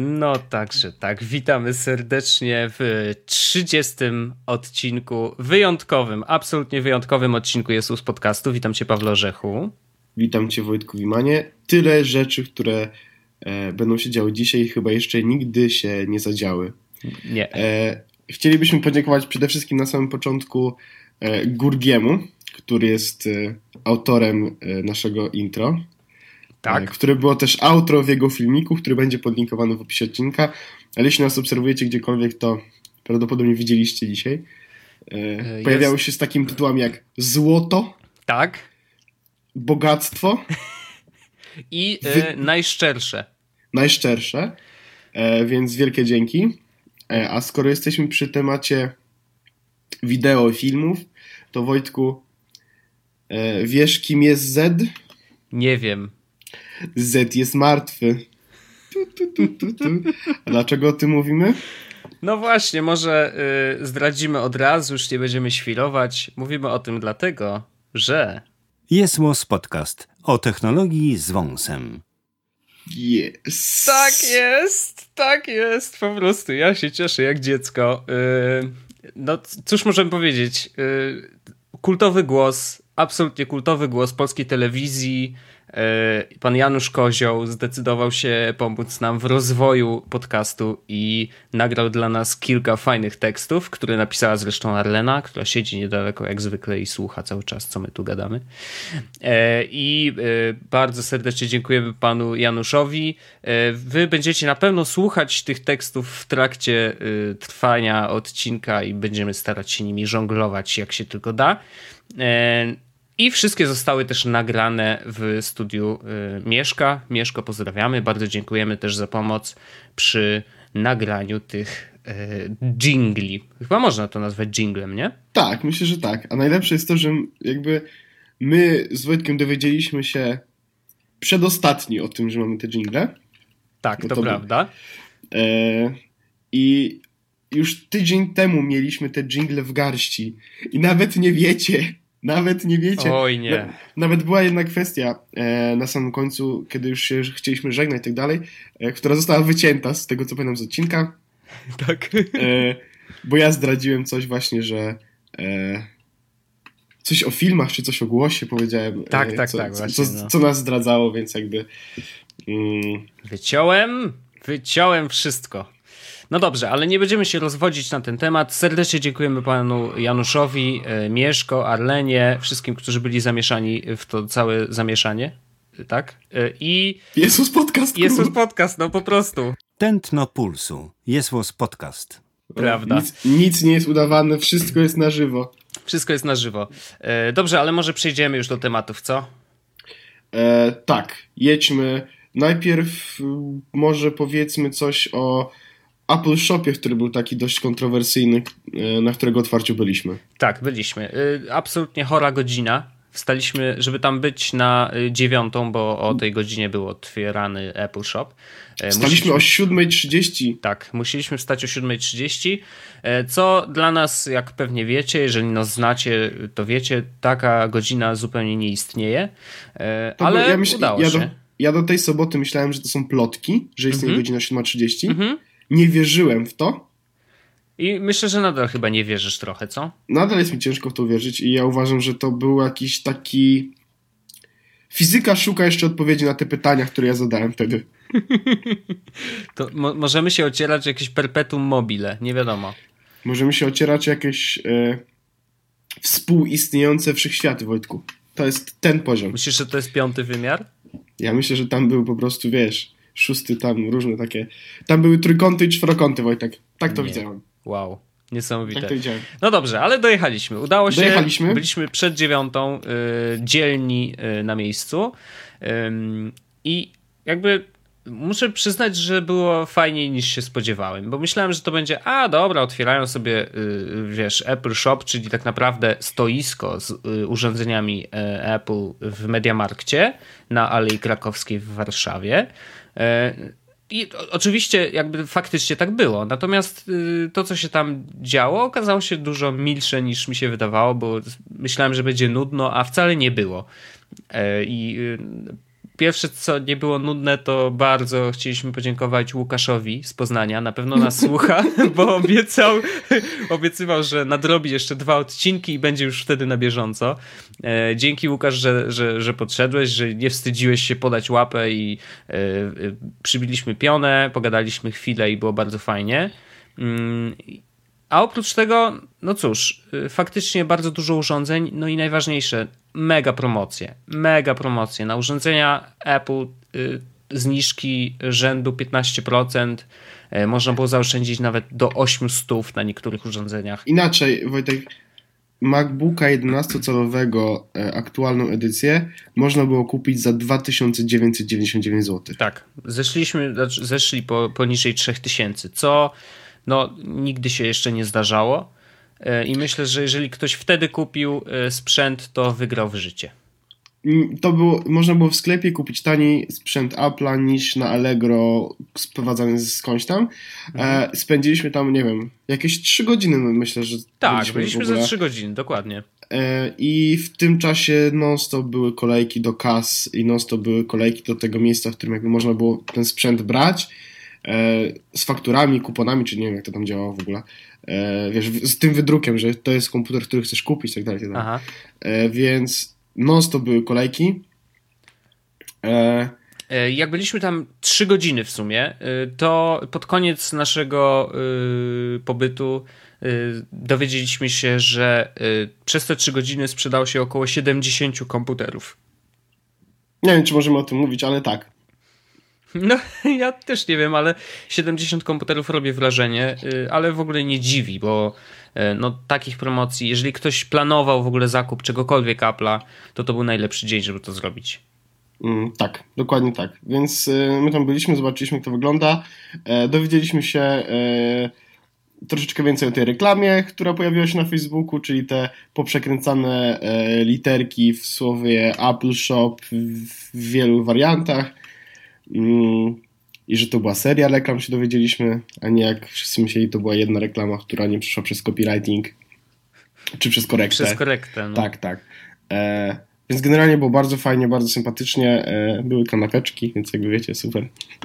No także tak, witamy serdecznie w 30. odcinku, wyjątkowym, absolutnie wyjątkowym odcinku Jesus Podcastu. Witam cię, Pawle Orzechu. Witam cię, Wojtku Wimanie. Tyle rzeczy, które będą się działy dzisiaj, chyba jeszcze nigdy się nie zadziały. Nie. Chcielibyśmy podziękować przede wszystkim na samym początku Gurgiemu, który jest autorem naszego intro. Tak. Które było też outro w jego filmiku, który będzie podlinkowany w opisie odcinka. Ale jeśli nas obserwujecie gdziekolwiek, to prawdopodobnie widzieliście dzisiaj. Pojawiały się z takim tytułem jak Złoto. Tak. Bogactwo. I najszczersze. Najszczersze. Więc wielkie dzięki. A skoro jesteśmy przy temacie wideo, filmów, to Wojtku, wiesz, kim jest Z? Nie wiem. Z jest martwy. A dlaczego o tym mówimy? No właśnie, może zdradzimy od razu, już nie będziemy świrować. Mówimy o tym dlatego, że... Jesus Podcast o technologii z wąsem. Yes. Tak jest, po prostu. Ja się cieszę jak dziecko. No cóż możemy powiedzieć? Kultowy głos, absolutnie kultowy głos polskiej telewizji. Pan Janusz Kozioł zdecydował się pomóc nam w rozwoju podcastu i nagrał dla nas kilka fajnych tekstów, które napisała zresztą Arlena, która siedzi niedaleko jak zwykle i słucha cały czas, co my tu gadamy. I bardzo serdecznie dziękujemy panu Januszowi. Wy będziecie na pewno słuchać tych tekstów w trakcie trwania odcinka i będziemy starać się nimi żonglować jak się tylko da. I wszystkie zostały też nagrane w studiu Mieszka. Mieszko, pozdrawiamy. Bardzo dziękujemy też za pomoc przy nagraniu tych dżingli. Chyba można to nazwać dżinglem, nie? Tak, myślę, że tak. A najlepsze jest to, że jakby my z Wojtkiem dowiedzieliśmy się przedostatni o tym, że mamy te dżingle. Tak, to prawda. I już tydzień temu mieliśmy te dżingle w garści. I nawet nie wiecie... Oj nie. Nawet była jedna kwestia na samym końcu, kiedy już się chcieliśmy żegnać i tak dalej, która została wycięta z tego, co pamiętam z odcinka. Tak. Bo ja zdradziłem coś właśnie, że coś o filmach, czy coś o głosie powiedziałem. Tak, właśnie. Co nas zdradzało, więc jakby... Wyciąłem wszystko. No dobrze, ale nie będziemy się rozwodzić na ten temat. Serdecznie dziękujemy panu Januszowi, Mieszko, Arlenie, wszystkim, którzy byli zamieszani w to całe zamieszanie. Tak? I... Jesus Podcast. Jesus Podcast, no po prostu. Tętno pulsu. Jesus Podcast. Prawda. Nic nie jest udawane, wszystko jest na żywo. Wszystko jest na żywo. Dobrze, ale może przejdziemy już do tematów, co? Tak, jedźmy. Najpierw może powiedzmy coś o Apple Shopie, który był taki dość kontrowersyjny, na którego otwarciu byliśmy. Tak, byliśmy. Absolutnie chora godzina. Wstaliśmy, żeby tam być na 9, bo o tej godzinie był otwierany Apple Shop. Wstaliśmy o 7:30. Tak, musieliśmy wstać o 7:30, co dla nas, jak pewnie wiecie, jeżeli nas znacie, to wiecie, taka godzina zupełnie nie istnieje, ale udało się. Ja do tej soboty myślałem, że to są plotki, że istnieje godzina 7:30. Nie wierzyłem w to. I myślę, że nadal chyba nie wierzysz trochę, co? Nadal jest mi ciężko w to uwierzyć i ja uważam, że to był jakiś taki... Fizyka szuka jeszcze odpowiedzi na te pytania, które ja zadałem wtedy. To możemy się ocierać jakieś perpetuum mobile, nie wiadomo. Możemy się ocierać jakieś współistniejące wszechświaty, Wojtku. To jest ten poziom. Myślisz, że to jest 5. wymiar? Ja myślę, że tam był po prostu, wiesz, 6, tam różne takie... Tam były trójkąty i czworokąty, Wojtek. Tak to widziałem. Wow, niesamowite. Tak to widziałem. No dobrze, ale dojechaliśmy. Udało się. Dojechaliśmy. Byliśmy przed 9, dzielni na miejscu. I jakby muszę przyznać, że było fajniej niż się spodziewałem, bo myślałem, że to będzie, dobra, otwierają sobie, wiesz, Apple Shop, czyli tak naprawdę stoisko z urządzeniami Apple w Mediamarkcie na Alei Krakowskiej w Warszawie. I oczywiście jakby faktycznie tak było, natomiast to, co się tam działo, okazało się dużo milsze niż mi się wydawało, bo myślałem, że będzie nudno, a wcale nie było. I pierwsze, co nie było nudne, to bardzo chcieliśmy podziękować Łukaszowi z Poznania. Na pewno nas słucha, bo obiecywał, że nadrobi jeszcze 2 odcinki i będzie już wtedy na bieżąco. Dzięki, Łukasz, że podszedłeś, że nie wstydziłeś się podać łapę i przybiliśmy pionę, pogadaliśmy chwilę i było bardzo fajnie. A oprócz tego, no cóż, faktycznie bardzo dużo urządzeń, no i najważniejsze, mega promocje. Na urządzenia Apple zniżki rzędu 15%, można było zaoszczędzić nawet do 800 na niektórych urządzeniach. Inaczej, Wojtek, MacBooka 11-calowego aktualną edycję można było kupić za 2999 zł. Tak, zeszli poniżej 3000, co no nigdy się jeszcze nie zdarzało i myślę, że jeżeli ktoś wtedy kupił sprzęt, to wygrał w życie. Można było w sklepie kupić taniej sprzęt Apple'a niż na Allegro sprowadzany skądś tam. Spędziliśmy tam, nie wiem, jakieś 3 godziny, myślę, że... Tak, byliśmy za 3 godziny, dokładnie. I w tym czasie non-stop były kolejki do kas i non-stop były kolejki do tego miejsca, w którym jakby można było ten sprzęt brać z fakturami, kuponami, czy nie wiem jak to tam działało w ogóle. Wiesz, z tym wydrukiem, że to jest komputer, który chcesz kupić, tak dalej. Aha. Więc non-stop były kolejki. Jak byliśmy tam 3 godziny w sumie, to pod koniec naszego pobytu dowiedzieliśmy się, że przez te 3 godziny sprzedało się około 70 komputerów. Nie wiem, czy możemy o tym mówić, ale tak. No, ja też nie wiem, ale 70 komputerów robi wrażenie, ale w ogóle nie dziwi, bo no, takich promocji, jeżeli ktoś planował w ogóle zakup czegokolwiek Apple'a, to był najlepszy dzień, żeby to zrobić. Tak, dokładnie tak. Więc my tam byliśmy, zobaczyliśmy jak to wygląda, dowiedzieliśmy się troszeczkę więcej o tej reklamie, która pojawiła się na Facebooku, czyli te poprzekręcane literki w słowie Apple Shop w wielu wariantach. I że to była seria reklam, się dowiedzieliśmy, a nie jak wszyscy myśleli, to była jedna reklama, która nie przeszła przez copywriting, czy przez korektę. Przez korektę. No. Tak. Więc generalnie było bardzo fajnie, bardzo sympatycznie. Były kanapeczki, więc jakby wiecie, super.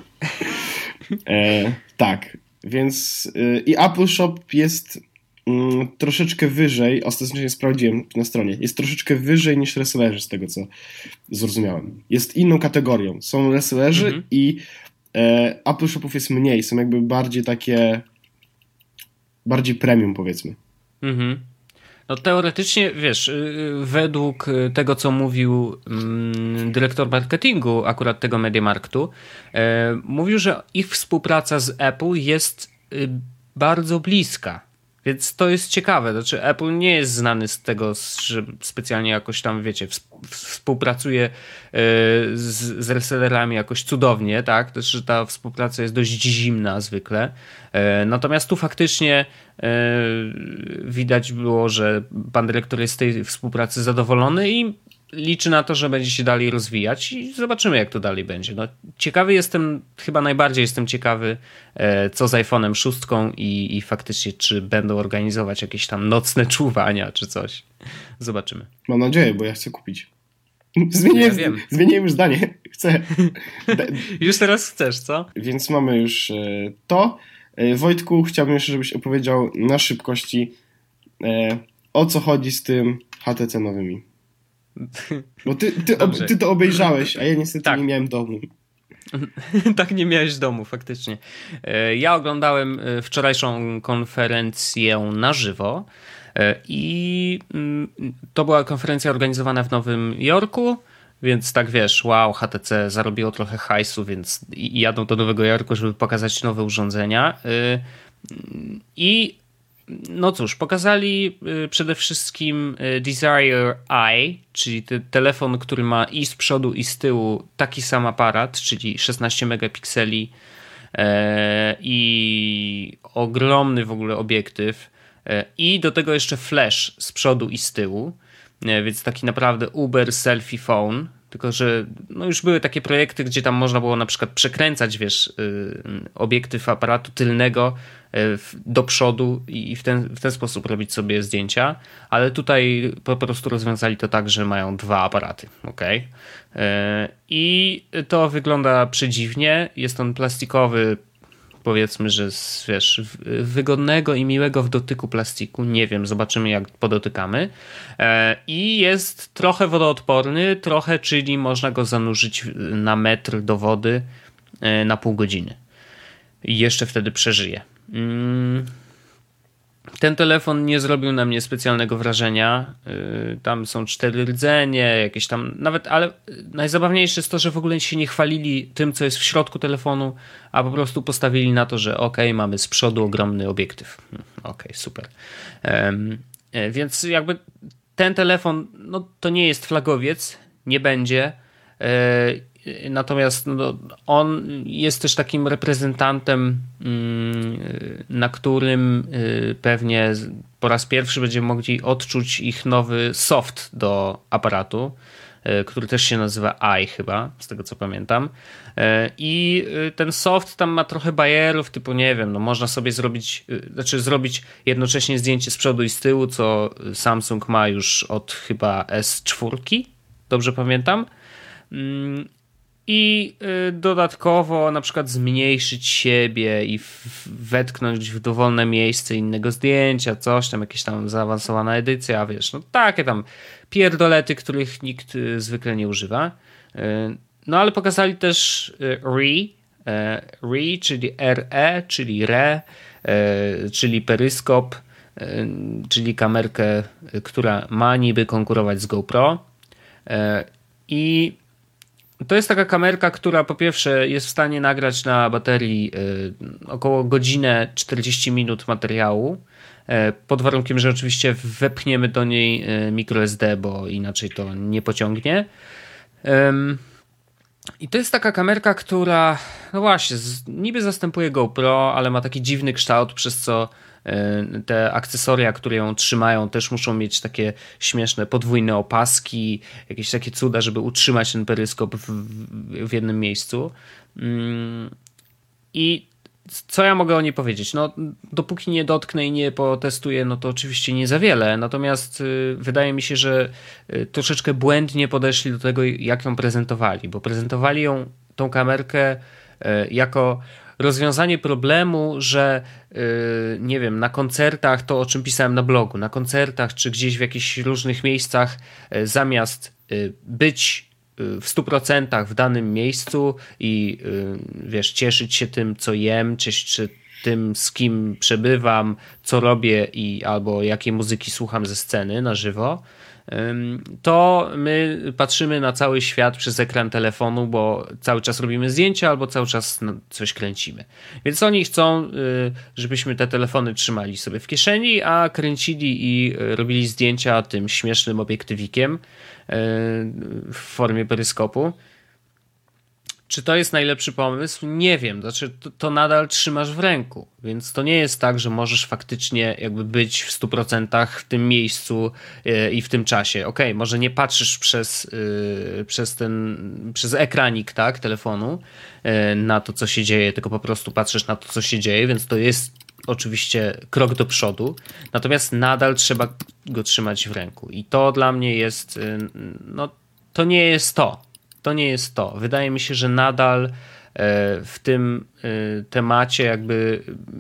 Tak, więc i Apple Shop jest troszeczkę wyżej, ostatecznie sprawdziłem na stronie, jest troszeczkę wyżej niż resellerzy, z tego co zrozumiałem. Jest inną kategorią. Są resellerzy i Apple Shopów jest mniej, są jakby bardziej takie, bardziej premium powiedzmy. No teoretycznie, wiesz, według tego, co mówił dyrektor marketingu akurat tego MediaMarktu, mówił, że ich współpraca z Apple jest bardzo bliska. Więc to jest ciekawe. Znaczy Apple nie jest znany z tego, że specjalnie jakoś tam, wiecie, współpracuje z resellerami jakoś cudownie, tak? Też, że ta współpraca jest dość zimna zwykle. Natomiast tu faktycznie widać było, że pan dyrektor jest z tej współpracy zadowolony i liczy na to, że będzie się dalej rozwijać i zobaczymy, jak to dalej będzie. No, ciekawy jestem, chyba najbardziej jestem ciekawy, co z iPhone'em 6 i faktycznie, czy będą organizować jakieś tam nocne czuwania, czy coś. Zobaczymy. Mam nadzieję, bo ja chcę kupić. Zmieniłem już zdanie. Chcę. Już teraz chcesz, co? Więc mamy już to. Wojtku, chciałbym jeszcze, żebyś opowiedział na szybkości, o co chodzi z tym HTC nowymi. Bo ty to obejrzałeś, a ja niestety nie miałem domu. Tak, nie miałeś domu, faktycznie. Ja oglądałem wczorajszą konferencję na żywo i to była konferencja organizowana w Nowym Jorku, więc tak wiesz, wow, HTC zarobiło trochę hajsu, więc jadą do Nowego Jorku, żeby pokazać nowe urządzenia. I no cóż, pokazali przede wszystkim Desire Eye, czyli telefon, który ma i z przodu i z tyłu taki sam aparat, czyli 16 megapikseli i ogromny w ogóle obiektyw i do tego jeszcze flash z przodu i z tyłu, więc taki naprawdę uber selfie phone, Tylko że no już były takie projekty, gdzie tam można było na przykład przekręcać, wiesz, obiektyw aparatu tylnego do przodu i w ten sposób robić sobie zdjęcia, ale tutaj po prostu rozwiązali to tak, że mają 2 aparaty, okej? I to wygląda przedziwnie, jest on plastikowy, powiedzmy, że z, wiesz, wygodnego i miłego w dotyku plastiku. Nie wiem, zobaczymy jak podotykamy. I jest trochę wodoodporny, trochę, czyli można go zanurzyć na metr do wody na pół godziny. I jeszcze wtedy przeżyje. Ten telefon nie zrobił na mnie specjalnego wrażenia. Tam są 4 rdzenie, jakieś tam nawet, ale najzabawniejsze jest to, że w ogóle się nie chwalili tym, co jest w środku telefonu, a po prostu postawili na to, że mamy z przodu ogromny obiektyw. Super. Więc jakby ten telefon, no to nie jest flagowiec, nie będzie. Natomiast no, on jest też takim reprezentantem, na którym pewnie po raz pierwszy będziemy mogli odczuć ich nowy soft do aparatu, który też się nazywa i chyba, z tego co pamiętam. I ten soft tam ma trochę bajerów, typu nie wiem, no można sobie zrobić jednocześnie zdjęcie z przodu i z tyłu, co Samsung ma już od chyba S4, dobrze pamiętam. I dodatkowo na przykład zmniejszyć siebie i wetknąć w dowolne miejsce innego zdjęcia, coś tam, jakieś tam zaawansowana edycja, wiesz, no takie tam pierdolety, których nikt zwykle nie używa. No ale pokazali też RE, czyli RE, czyli czyli peryskop, czyli kamerkę, która ma niby konkurować z GoPro. I to jest taka kamerka, która po pierwsze jest w stanie nagrać na baterii około godzinę 40 minut materiału, pod warunkiem, że oczywiście wepchniemy do niej microSD, bo inaczej to nie pociągnie. I to jest taka kamerka, która no właśnie, niby zastępuje GoPro, ale ma taki dziwny kształt, przez co te akcesoria, które ją trzymają, też muszą mieć takie śmieszne podwójne opaski, jakieś takie cuda, żeby utrzymać ten peryskop w jednym miejscu. I co ja mogę o niej powiedzieć? No, dopóki nie dotknę i nie potestuję, no to oczywiście nie za wiele. Natomiast wydaje mi się, że troszeczkę błędnie podeszli do tego, jak ją prezentowali, bo prezentowali tą kamerkę jako rozwiązanie problemu, że nie wiem, na koncertach, to o czym pisałem na blogu, na koncertach czy gdzieś w jakichś różnych miejscach, zamiast być w 100% w danym miejscu i wiesz, cieszyć się tym, co jem, czy tym, z kim przebywam, co robię albo jakiej muzyki słucham ze sceny na żywo, to my patrzymy na cały świat przez ekran telefonu, bo cały czas robimy zdjęcia albo cały czas coś kręcimy. Więc oni chcą, żebyśmy te telefony trzymali sobie w kieszeni, a kręcili i robili zdjęcia tym śmiesznym obiektywikiem w formie peryskopu. Czy to jest najlepszy pomysł? Nie wiem. Znaczy, to nadal trzymasz w ręku, więc to nie jest tak, że możesz faktycznie jakby być w 100% w tym miejscu i w tym czasie. Okej, może nie patrzysz przez ekranik, tak, telefonu na to, co się dzieje, tylko po prostu patrzysz na to, co się dzieje, więc to jest oczywiście krok do przodu, natomiast nadal trzeba go trzymać w ręku i to dla mnie jest, no to nie jest to. To nie jest to. Wydaje mi się, że nadal w tym temacie jakby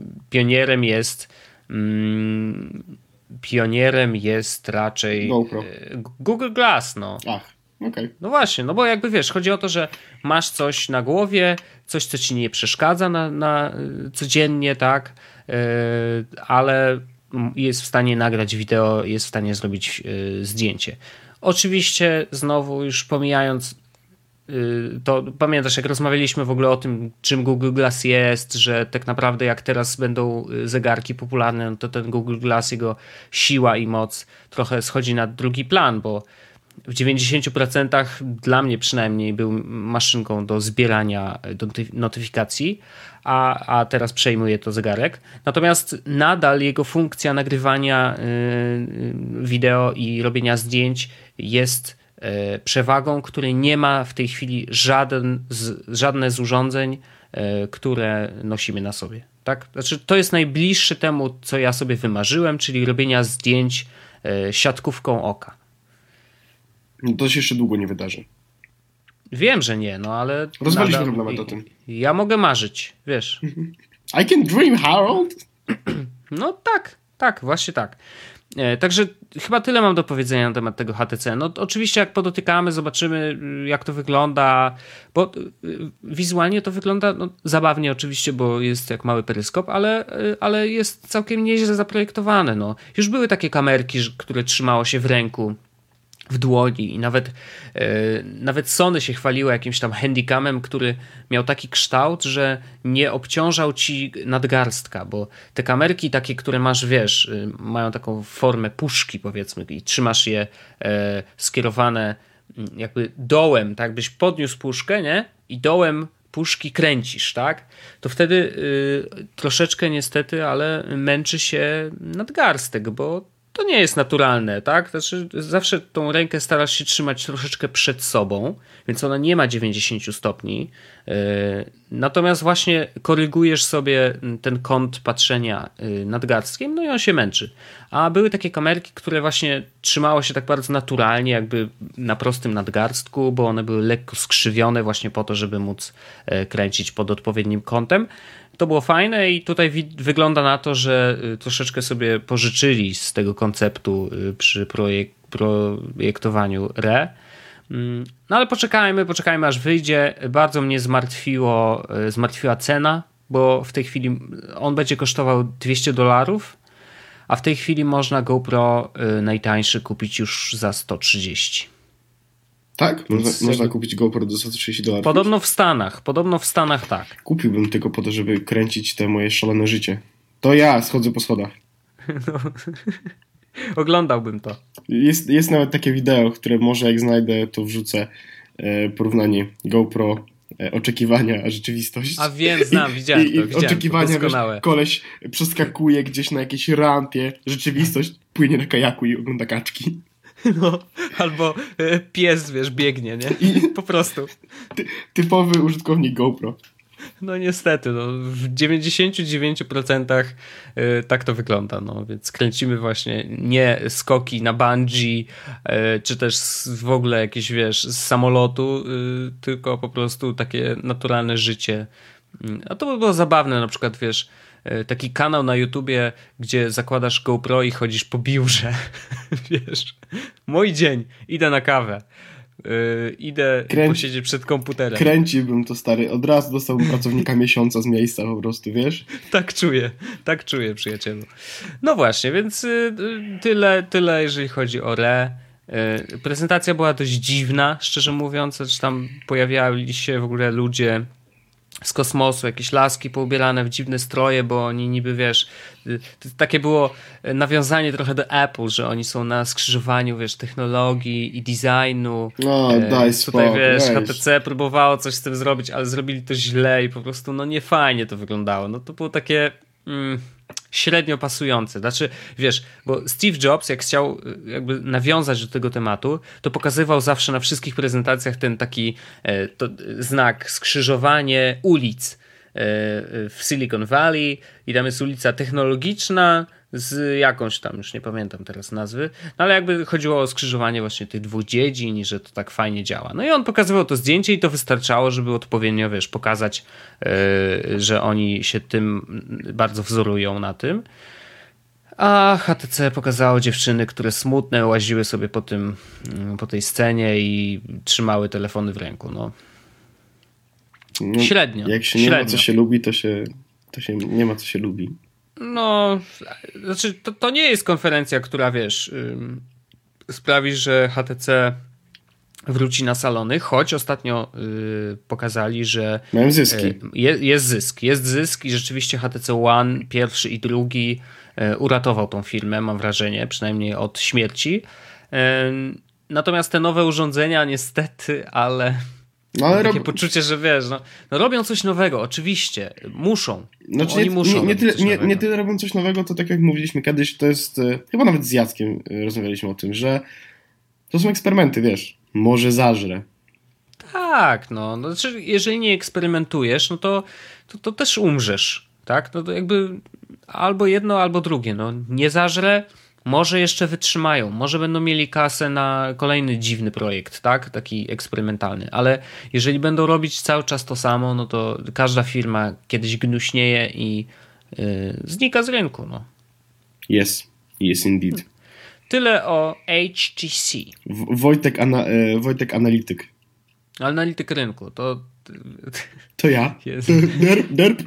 pionierem jest raczej GoPro. Google Glass, no. Ach, okej. No właśnie, no bo jakby wiesz, chodzi o to, że masz coś na głowie, coś, co ci nie przeszkadza na codziennie, tak, ale jest w stanie nagrać wideo, jest w stanie zrobić zdjęcie. Oczywiście znowu już pomijając to pamiętasz, jak rozmawialiśmy w ogóle o tym, czym Google Glass jest, że tak naprawdę jak teraz będą zegarki popularne, no to ten Google Glass, jego siła i moc trochę schodzi na drugi plan, bo w 90% dla mnie przynajmniej był maszynką do zbierania notyfikacji, a teraz przejmuje to zegarek. Natomiast nadal jego funkcja nagrywania wideo i robienia zdjęć jest przewagą, której nie ma w tej chwili żadne z urządzeń, które nosimy na sobie. Tak? Znaczy, to jest najbliższe temu, co ja sobie wymarzyłem, czyli robienia zdjęć siatkówką oka. No to się jeszcze długo nie wydarzy. Wiem, że nie, no ale... Rozwaliśmy problem o tym. Ja mogę marzyć, wiesz. I can dream, Harold! No tak, właśnie tak. Także chyba tyle mam do powiedzenia na temat tego HTC. No oczywiście jak podotykamy, zobaczymy jak to wygląda, bo wizualnie to wygląda zabawnie oczywiście, bo jest jak mały peryskop, ale jest całkiem nieźle zaprojektowane. No. Już były takie kamerki, które trzymało się w ręku, w dłoni i nawet Sony się chwaliło jakimś tam handycamem, który miał taki kształt, że nie obciążał ci nadgarstka, bo te kamerki takie, które masz, wiesz, mają taką formę puszki powiedzmy i trzymasz je skierowane jakby dołem, tak byś podniósł puszkę, nie? I dołem puszki kręcisz, tak? To wtedy troszeczkę niestety, ale męczy się nadgarstek, bo to nie jest naturalne, tak? Znaczy, zawsze tą rękę starasz się trzymać troszeczkę przed sobą, więc ona nie ma 90 stopni. Natomiast właśnie korygujesz sobie ten kąt patrzenia nadgarstkiem, no i on się męczy. A były takie kamerki, które właśnie trzymało się tak bardzo naturalnie, jakby na prostym nadgarstku, bo one były lekko skrzywione właśnie po to, żeby móc kręcić pod odpowiednim kątem. To było fajne i tutaj wygląda na to, że troszeczkę sobie pożyczyli z tego konceptu przy projektowaniu RE. No ale poczekajmy aż wyjdzie. Bardzo mnie zmartwiła cena, bo w tej chwili on będzie kosztował $200, a w tej chwili można GoPro najtańszy kupić już za 130. Tak? Można kupić GoPro do $130? Podobno w Stanach tak. Kupiłbym tylko po to, żeby kręcić te moje szalone życie. To ja schodzę po schodach. No. Oglądałbym to. Jest nawet takie wideo, które może jak znajdę, to wrzucę porównanie GoPro, oczekiwania a rzeczywistość. A wiem, widziałem to. Oczekiwania, wiesz, koleś przeskakuje gdzieś na jakiejś rampie, rzeczywistość płynie na kajaku i ogląda kaczki. No, albo pies, wiesz, biegnie, nie? I po prostu. Typowy użytkownik GoPro. No niestety, w 99% tak to wygląda, no więc kręcimy właśnie nie skoki na bungee, czy też w ogóle jakieś, wiesz, z samolotu, tylko po prostu takie naturalne życie. A to by było zabawne, na przykład, wiesz, taki kanał na YouTubie, gdzie zakładasz GoPro i chodzisz po biurze, wiesz, mój dzień, idę na kawę. Idę posiedzieć przed komputerem. Kręciłbym to, stary. Od razu dostałbym pracownika miesiąca z miejsca po prostu, wiesz? Tak czuję, przyjacielu. No właśnie, więc tyle jeżeli chodzi o RE. Prezentacja była dość dziwna, szczerze mówiąc, że tam pojawiali się w ogóle ludzie z kosmosu, jakieś laski poubierane w dziwne stroje, bo oni niby, wiesz, takie było nawiązanie trochę do Apple, że oni są na skrzyżowaniu, wiesz, technologii i designu. No, daj spokój. Tutaj, wiesz, HTC próbowało coś z tym zrobić, ale zrobili to źle i po prostu, no nie fajnie to wyglądało. No to było takie średnio pasujące. Znaczy, wiesz, bo Steve Jobs, jak chciał jakby nawiązać do tego tematu, to pokazywał zawsze na wszystkich prezentacjach ten taki znak skrzyżowanie ulic w Silicon Valley i tam jest ulica technologiczna z jakąś tam, już nie pamiętam teraz nazwy, no ale jakby chodziło o skrzyżowanie właśnie tych dwóch dziedzin i że to tak fajnie działa. No i on pokazywał to zdjęcie i to wystarczało, żeby odpowiednio, wiesz, pokazać, że oni się tym bardzo wzorują na tym. A HTC pokazało dziewczyny, które smutne łaziły sobie po tej scenie i trzymały telefony w ręku. No. Średnio. Jak się nie ma co się lubi, to się nie ma co się lubi. No, znaczy to nie jest konferencja, która, wiesz, sprawi, że HTC wróci na salony, choć ostatnio pokazali, że mają zyski. Jest zysk i rzeczywiście HTC One pierwszy i drugi uratował tą firmę, mam wrażenie, przynajmniej od śmierci. Natomiast te nowe urządzenia niestety, ale takie poczucie, że wiesz, no robią coś nowego, oczywiście, muszą. Znaczy, oni muszą nie tyle robią coś nowego, to tak jak mówiliśmy kiedyś, to jest, chyba nawet z Jackiem rozmawialiśmy o tym, że to są eksperymenty, wiesz. Może zażre. Tak, no. Znaczy, jeżeli nie eksperymentujesz, no to też umrzesz, tak? No to jakby albo jedno, albo drugie, no. Nie zażre, może jeszcze wytrzymają, może będą mieli kasę na kolejny dziwny projekt, tak? Taki eksperymentalny, ale jeżeli będą robić cały czas to samo, no to każda firma kiedyś gnuśnieje i znika z rynku, no. Yes indeed. Tyle o HTC. Wojtek analityk. Analityk rynku, to ja. Jest. Derp.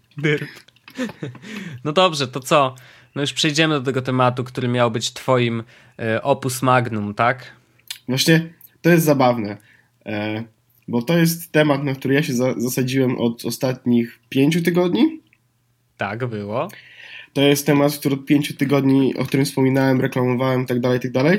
No dobrze, to co? No już przejdziemy do tego tematu, który miał być twoim opus magnum, tak? Właśnie to jest zabawne, bo to jest temat, na który ja się zasadziłem od ostatnich 5 tygodni. Tak, było. To jest temat, który od 5 tygodni, o którym wspominałem, reklamowałem i tak dalej.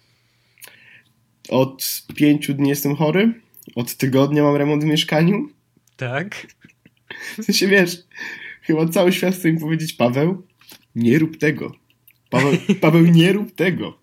Od 5 dni jestem chory. Od tygodnia mam remont w mieszkaniu. Tak. W sensie, wiesz, chyba cały świat chce mi powiedzieć: Paweł, nie rób tego. Paweł, nie rób tego.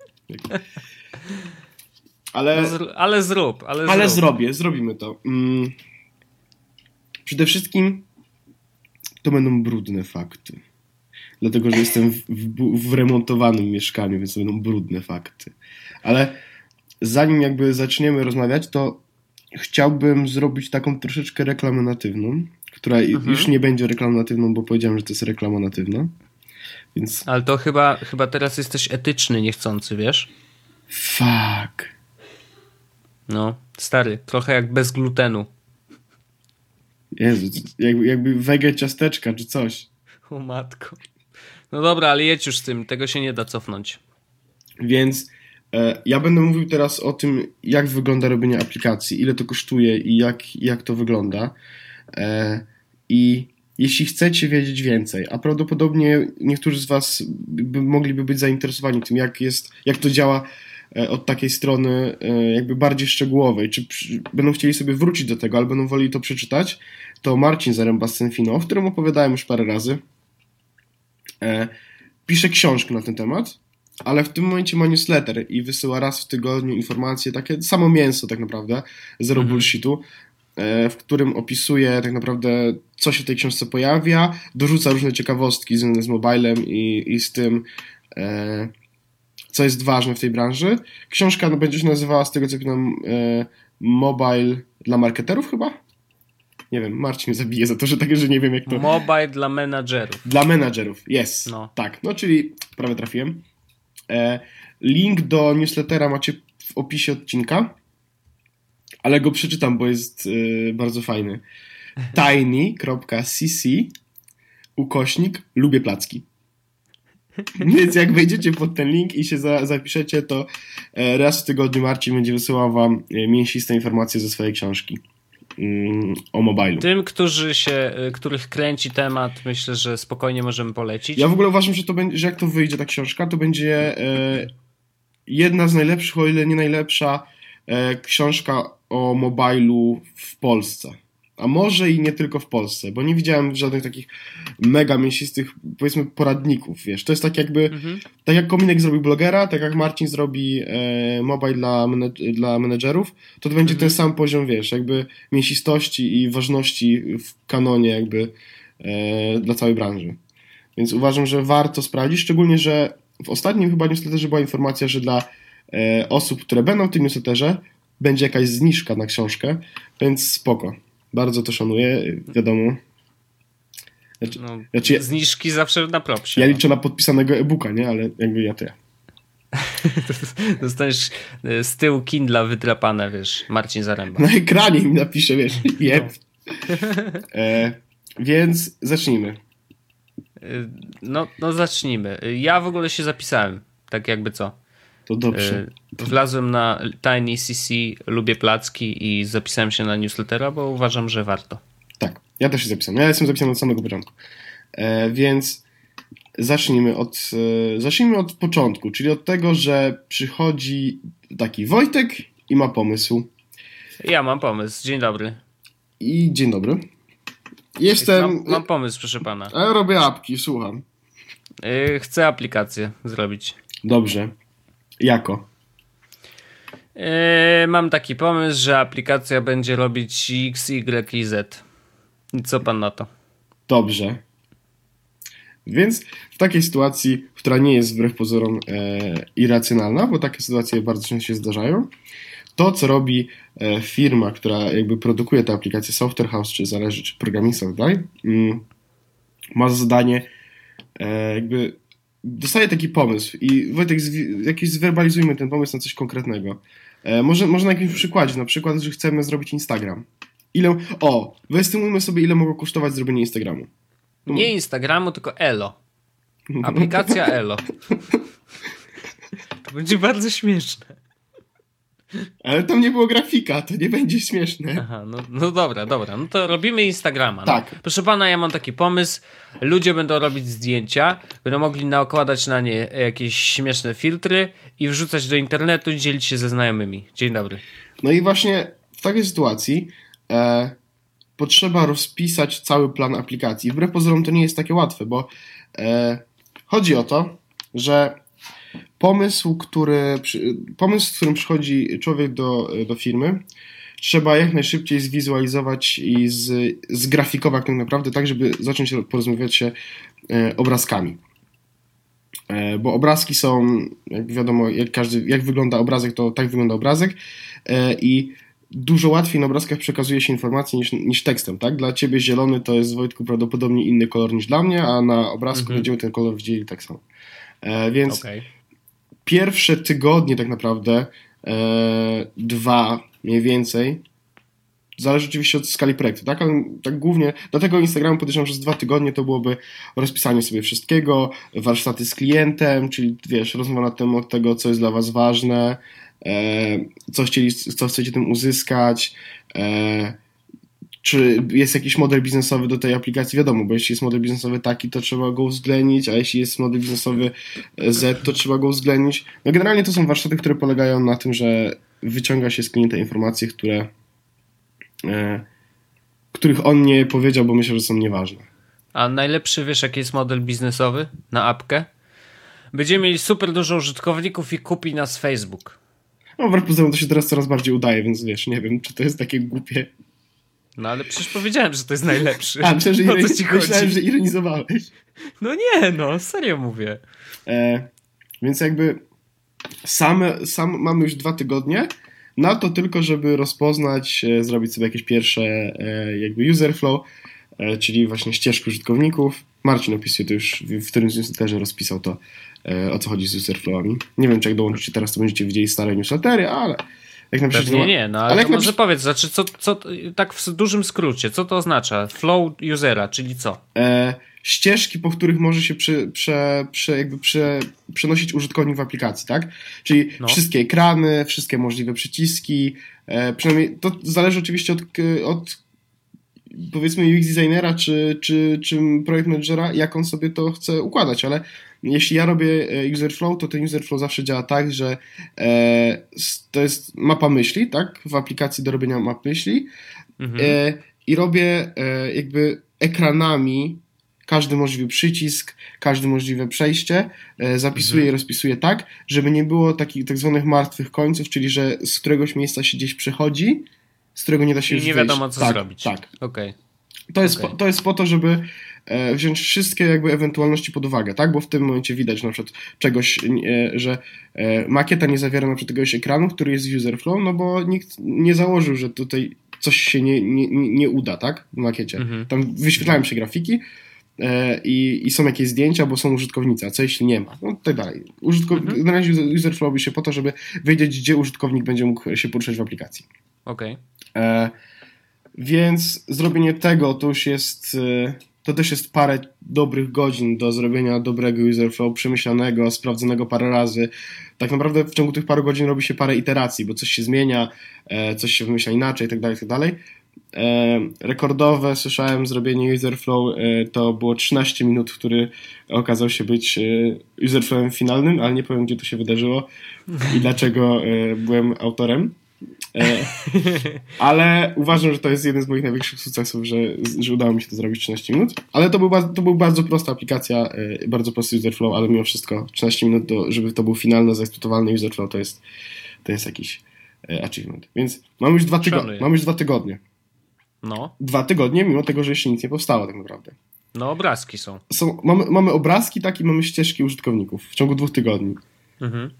Ale zrób. Zrobimy to. Przede wszystkim to będą brudne fakty. Dlatego, że jestem w remontowanym mieszkaniu, więc to będą brudne fakty. Ale zanim jakby zaczniemy rozmawiać, to chciałbym zrobić taką troszeczkę reklamę natywną, która już nie będzie reklamą natywną, bo powiedziałem, że to jest reklama natywna. Więc... Ale to chyba teraz jesteś etyczny niechcący, wiesz? Fuck. No, stary, trochę jak bez glutenu. Jezu, jakby wege ciasteczka czy coś. O matko. No dobra, ale jedź już z tym, tego się nie da cofnąć. Więc ja będę mówił teraz o tym, jak wygląda robienie aplikacji, ile to kosztuje i jak to wygląda. I jeśli chcecie wiedzieć więcej, a prawdopodobnie niektórzy z was mogliby być zainteresowani tym, jak to działa od takiej strony jakby bardziej szczegółowej, czy będą chcieli sobie wrócić do tego, ale będą woleli to przeczytać, to Marcin Zaręba z Cenfino, o którym opowiadałem już parę razy, pisze książkę na ten temat, ale w tym momencie ma newsletter i wysyła raz w tygodniu informacje, takie samo mięso tak naprawdę, zero bullshitu, w którym opisuje tak naprawdę, co się w tej książce pojawia, dorzuca różne ciekawostki związane z mobilem i z tym, co jest ważne w tej branży. Książka będzie się nazywała, z tego co pamiętam, Mobile dla marketerów chyba? Nie wiem, Marcin mnie zabije za to, że nie wiem jak to... Mobile dla menadżerów. Dla menadżerów, yes. No. Tak, no czyli prawie trafiłem. Link do newslettera macie w opisie odcinka, ale go przeczytam, bo jest bardzo fajny. tiny.cc/lubię placki. Więc jak wejdziecie pod ten link i się zapiszecie, to raz w tygodniu Marcin będzie wysyłał wam mięsiste informacje ze swojej książki o mobilu. Tym, których kręci temat, myślę, że spokojnie możemy polecić. Ja w ogóle uważam, że jak to wyjdzie ta książka, to będzie jedna z najlepszych, o ile nie najlepsza książka o mobilu w Polsce. A może i nie tylko w Polsce, bo nie widziałem żadnych takich mega mięsistych, powiedzmy, poradników, wiesz. To jest tak jakby, tak jak Kominek zrobił blogera, tak jak Marcin zrobi mobile dla menedżerów, to będzie ten sam poziom, wiesz, jakby mięsistości i ważności w kanonie jakby dla całej branży. Więc uważam, że warto sprawdzić, szczególnie, że w ostatnim chyba newsletterze była informacja, że dla osób, które będą w tym newsletterze, będzie jakaś zniżka na książkę, więc spoko. Bardzo to szanuję, wiadomo. Zniżki zawsze na propsie. Ja liczę na podpisanego e-booka, nie? Ale jakby ja. Dostaniesz z tyłu Kindla wydrapane, wiesz, Marcin Zaręba. Na ekranie mi napisze, wiesz, jeb. Więc zacznijmy. No zacznijmy. Ja w ogóle się zapisałem, tak jakby co. To dobrze. Wlazłem na TinyCC, lubię placki i zapisałem się na newslettera, bo uważam, że warto. Tak, ja też się zapisałem. Ja jestem zapisany od samego początku. Więc zacznijmy od początku, czyli od tego, że przychodzi taki Wojtek i ma pomysł. Ja mam pomysł. Dzień dobry. I dzień dobry. Mam pomysł, proszę pana. A ja robię apki, słucham. Chcę aplikację zrobić. Dobrze. Jako? Mam taki pomysł, że aplikacja będzie robić X, Y i Z. I co pan na to? Dobrze. Więc w takiej sytuacji, która nie jest wbrew pozorom irracjonalna, bo takie sytuacje bardzo często się zdarzają, to co robi firma, która jakby produkuje tę aplikację, software house, czy zależy, czy programista, tak, ma za zadanie jakby dostaje taki pomysł i Wojtek, jakiś zwerbalizujmy ten pomysł na coś konkretnego. Może na jakimś przykładzie, na przykład, że chcemy zrobić Instagram. Wyestymujmy sobie, ile mogło kosztować zrobienie Instagramu. Nie Instagramu, tylko Elo. Aplikacja Elo. To będzie bardzo śmieszne. Ale tam nie było grafika, to nie będzie śmieszne. Aha, no dobra. No to robimy Instagrama. Tak. No. Proszę pana, ja mam taki pomysł. Ludzie będą robić zdjęcia, będą mogli nakładać na nie jakieś śmieszne filtry i wrzucać do internetu i dzielić się ze znajomymi. Dzień dobry. No i właśnie w takiej sytuacji potrzeba rozpisać cały plan aplikacji. Wbrew pozorom to nie jest takie łatwe, bo chodzi o to, że pomysł, z którym przychodzi człowiek do firmy, trzeba jak najszybciej zwizualizować i zgrafikować tak naprawdę tak, żeby zacząć porozmawiać się obrazkami. Bo obrazki są, jak wiadomo, jak wygląda obrazek, to tak wygląda obrazek i dużo łatwiej na obrazkach przekazuje się informacje niż tekstem, tak? Dla ciebie zielony to jest, Wojtku, prawdopodobnie inny kolor niż dla mnie, a na obrazku będziemy ten kolor widzieli tak samo. Więc pierwsze tygodnie tak naprawdę, 2 mniej więcej, zależy oczywiście od skali projektu, tak? Ale tak głównie, do tego Instagramu podejrzewam, że z 2 tygodnie to byłoby rozpisanie sobie wszystkiego, warsztaty z klientem, czyli wiesz, rozmowa na temat tego, co jest dla was ważne, co chcecie tym uzyskać, czy jest jakiś model biznesowy do tej aplikacji, wiadomo, bo jeśli jest model biznesowy taki, to trzeba go uwzględnić, a jeśli jest model biznesowy Z, to trzeba go uwzględnić. No generalnie to są warsztaty, które polegają na tym, że wyciąga się z klienta informacje, których on nie powiedział, bo myślę, że są nieważne. A najlepszy, wiesz, jaki jest model biznesowy na apkę? Będziemy mieli super dużo użytkowników i kupi nas Facebook. No wbrew pozorom to się teraz coraz bardziej udaje, więc wiesz, nie wiem, czy to jest takie głupie. No ale przecież powiedziałem, że to jest najlepszy. A, myślałem, że ironizowałeś. No nie, serio mówię. Więc jakby mamy już 2 tygodnie na to tylko, żeby rozpoznać, zrobić sobie jakieś pierwsze jakby user flow, czyli właśnie ścieżkę użytkowników. Marcin opisuje to już w którymś newsletterze, rozpisał to, o co chodzi z user flowami. Nie wiem, czy jak dołączycie teraz, to będziecie widzieli stare newslettery, ale jak napiszecie... Nie, ale to może powiedz, znaczy co, tak w dużym skrócie, co to oznacza? Flow usera, czyli co? Ścieżki, po których może się przenosić użytkownik w aplikacji, tak? Czyli wszystkie ekrany, wszystkie możliwe przyciski, przynajmniej to zależy oczywiście od powiedzmy UX designera czy projekt managera, jak on sobie to chce układać, ale jeśli ja robię user flow, to ten user flow zawsze działa tak, że to jest mapa myśli, tak? W aplikacji do robienia map myśli i robię jakby ekranami każdy możliwy przycisk, każde możliwe przejście, zapisuję i rozpisuję tak, żeby nie było takich tak zwanych martwych końców, czyli że z któregoś miejsca się gdzieś przechodzi, z którego nie da się już nie wyjść. Wiadomo, co zrobić. Tak. Okay. To jest po to, żeby wziąć wszystkie jakby ewentualności pod uwagę, tak? Bo w tym momencie widać na przykład czegoś, że makieta nie zawiera na przykład jakiegoś ekranu, który jest user flow, no bo nikt nie założył, że tutaj coś się nie uda, tak? W makiecie. Tam wyświetlają się grafiki i są jakieś zdjęcia, bo są użytkownicy, a co jeśli nie ma? No tak dalej. Na razie user flow robi się po to, żeby wiedzieć, gdzie użytkownik będzie mógł się poruszać w aplikacji. Okej. Więc zrobienie tego to też jest parę dobrych godzin do zrobienia dobrego user flow, przemyślanego, sprawdzonego parę razy. Tak naprawdę w ciągu tych paru godzin robi się parę iteracji, bo coś się zmienia, coś się wymyśla inaczej itd. Rekordowe, słyszałem, zrobienie user flow to było 13 minut, który okazał się być user flowem finalnym, ale nie powiem, gdzie to się wydarzyło i dlaczego byłem autorem. Ale uważam, że to jest jeden z moich największych sukcesów, że udało mi się to zrobić 13 minut. Ale to był bardzo prosta aplikacja, bardzo prosty user flow, ale mimo wszystko 13 minut, żeby to był finalny, zaeksploatowalny user flow, to jest jakiś achievement. Więc mamy już 2 tygodnie. No. 2 tygodnie, mimo tego, że jeszcze nic nie powstało tak naprawdę. No, obrazki są. Mamy obrazki, tak, i mamy ścieżki użytkowników w ciągu 2 tygodni. Mhm.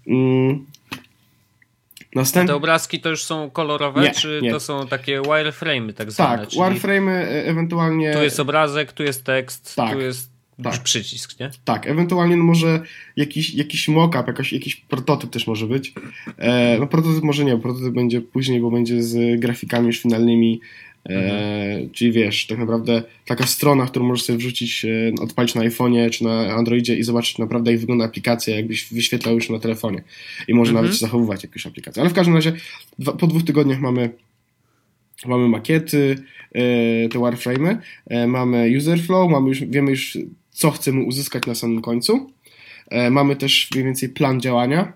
A te obrazki to już są kolorowe, nie. To są takie wireframe'y tak zwane? Tak, wireframe'y ewentualnie... Tu jest obrazek, tu jest tekst, tak, tu jest przycisk, nie? Tak, ewentualnie może jakiś mock-up, jakiś prototyp też może być. No prototyp może nie, prototyp będzie później, bo będzie z grafikami już finalnymi. Czyli wiesz, tak naprawdę taka strona, którą możesz sobie wrzucić, odpalić na iPhone'ie czy na Androidzie i zobaczyć naprawdę, jak wygląda aplikacja, jakbyś wyświetlał już na telefonie i może nawet zachowywać jakąś aplikację. Ale w każdym razie po 2 tygodniach mamy makiety, te wireframe'y, mamy user flow, wiemy już co chcemy uzyskać na samym końcu. Mamy też mniej więcej plan działania,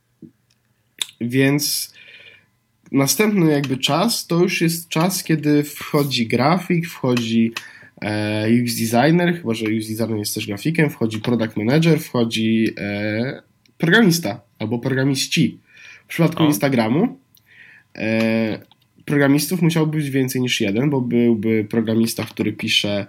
więc następny jakby czas, to już jest czas, kiedy wchodzi grafik, wchodzi UX designer, chyba że UX designer jest też grafikiem, wchodzi product manager, wchodzi programista albo programiści. W przypadku Instagramu programistów musiałby być więcej niż jeden, bo byłby programista, który pisze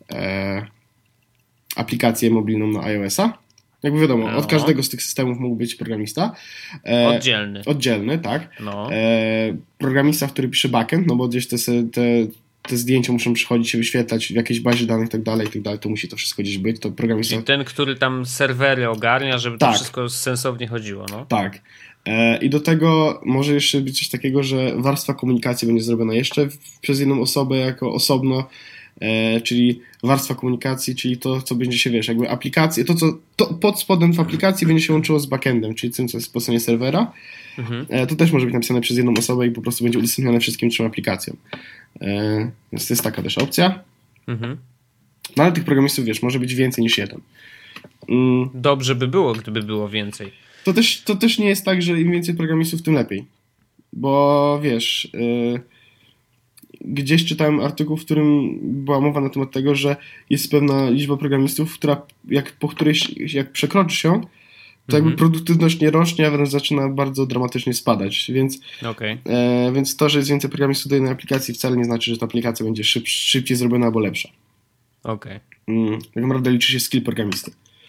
aplikację mobilną na iOS-a. Jakby wiadomo, od każdego z tych systemów mógł być programista. Oddzielny, tak. No. Programista, który pisze backend, no bo gdzieś te zdjęcia muszą przychodzić się wyświetlać w jakiejś bazie danych i tak dalej, to musi to wszystko gdzieś być. To programista... Czyli ten, który tam serwery ogarnia, żeby to wszystko sensownie chodziło. No. Tak. I do tego może jeszcze być coś takiego, że warstwa komunikacji będzie zrobiona jeszcze przez jedną osobę jako osobno, czyli warstwa komunikacji, czyli to, co będzie się, wiesz, jakby aplikacje, to pod spodem w aplikacji będzie się łączyło z backendem, czyli tym, co jest po stronie serwera. To też może być napisane przez jedną osobę i po prostu będzie udostępnione wszystkim 3 aplikacjom. Więc to jest taka też opcja. No ale tych programistów, wiesz, może być więcej niż jeden. Dobrze by było, gdyby było więcej. To też nie jest tak, że im więcej programistów, tym lepiej. Bo wiesz, gdzieś czytałem artykuł, w którym była mowa na temat tego, że jest pewna liczba programistów, która jak przekroczysz ją, to jakby produktywność nie rośnie, a wręcz zaczyna bardzo dramatycznie spadać. Więc to, że jest więcej programistów do jednej aplikacji, wcale nie znaczy, że ta aplikacja będzie szybciej zrobiona albo lepsza. Tak naprawdę liczy się skill programisty.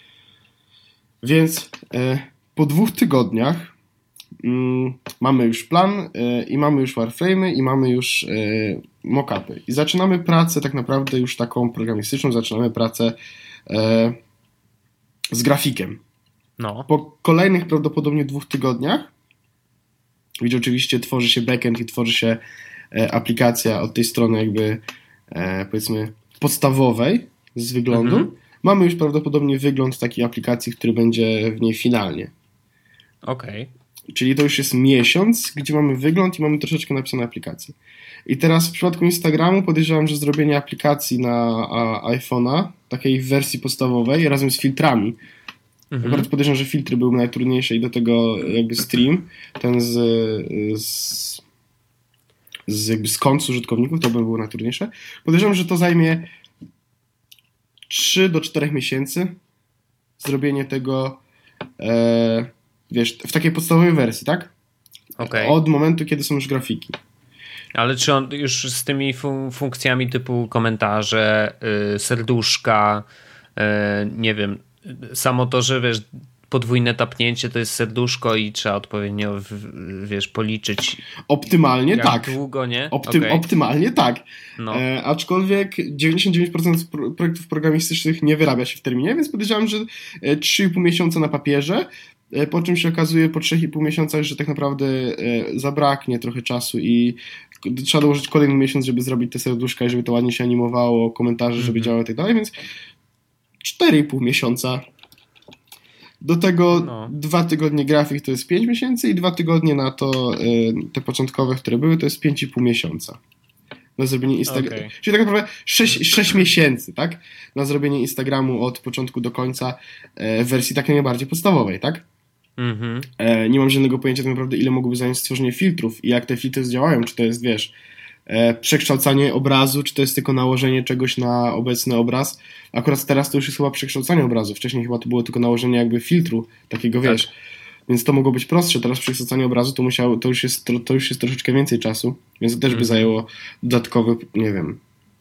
Więc po 2 tygodniach mamy już plan i mamy już wireframe'y i mamy już mock-upy. I zaczynamy pracę tak naprawdę już taką programistyczną, zaczynamy pracę z grafikiem. No. Po kolejnych prawdopodobnie 2 tygodniach, gdzie oczywiście tworzy się backend i tworzy się aplikacja od tej strony jakby powiedzmy podstawowej z wyglądu, mamy już prawdopodobnie wygląd takiej aplikacji, który będzie w niej finalnie. Czyli to już jest miesiąc, gdzie mamy wygląd i mamy troszeczkę napisane aplikacje. I teraz w przypadku Instagramu podejrzewam, że zrobienie aplikacji na iPhone'a, takiej w wersji podstawowej, razem z filtrami. Akurat podejrzewam, że filtry były najtrudniejsze i do tego jakby stream, ten z kont użytkowników, to by było najtrudniejsze. Podejrzewam, że to zajmie 3 do 4 miesięcy zrobienie tego wiesz, w takiej podstawowej wersji, tak? Od momentu, kiedy są już grafiki. Ale czy on już z tymi funkcjami typu komentarze, serduszka, nie wiem, samo to, że wiesz, podwójne tapnięcie to jest serduszko i trzeba odpowiednio, wiesz, policzyć. Optymalnie tak. Długo, nie? Optymalnie tak. No. Aczkolwiek 99% projektów programistycznych nie wyrabia się w terminie, więc podejrzewam, że 3,5 miesiąca na papierze, po czym się okazuje po 3,5 miesiącach, że tak naprawdę zabraknie trochę czasu i trzeba dołożyć kolejny miesiąc, żeby zrobić te serduszka i żeby to ładnie się animowało, komentarze, żeby działały i tak dalej, więc 4,5 miesiąca. Do tego 2 tygodnie grafik to jest 5 miesięcy i 2 tygodnie na to te początkowe, które były, to jest 5,5 miesiąca. Na zrobienie Instagramu. Czyli tak naprawdę 6 miesięcy, tak? Na zrobienie Instagramu od początku do końca w wersji takiej najbardziej podstawowej, tak? Nie mam żadnego pojęcia tak naprawdę, ile mogłoby zająć stworzenie filtrów i jak te filtry działają. Czy to jest, wiesz, przekształcanie obrazu, czy to jest tylko nałożenie czegoś na obecny obraz. Akurat teraz to już jest chyba przekształcanie obrazu. Wcześniej chyba to było tylko nałożenie jakby filtru takiego, wiesz, więc to mogło być prostsze. Teraz przy kształceniu obrazu to już jest troszeczkę więcej czasu, więc to też by zajęło dodatkowy, nie wiem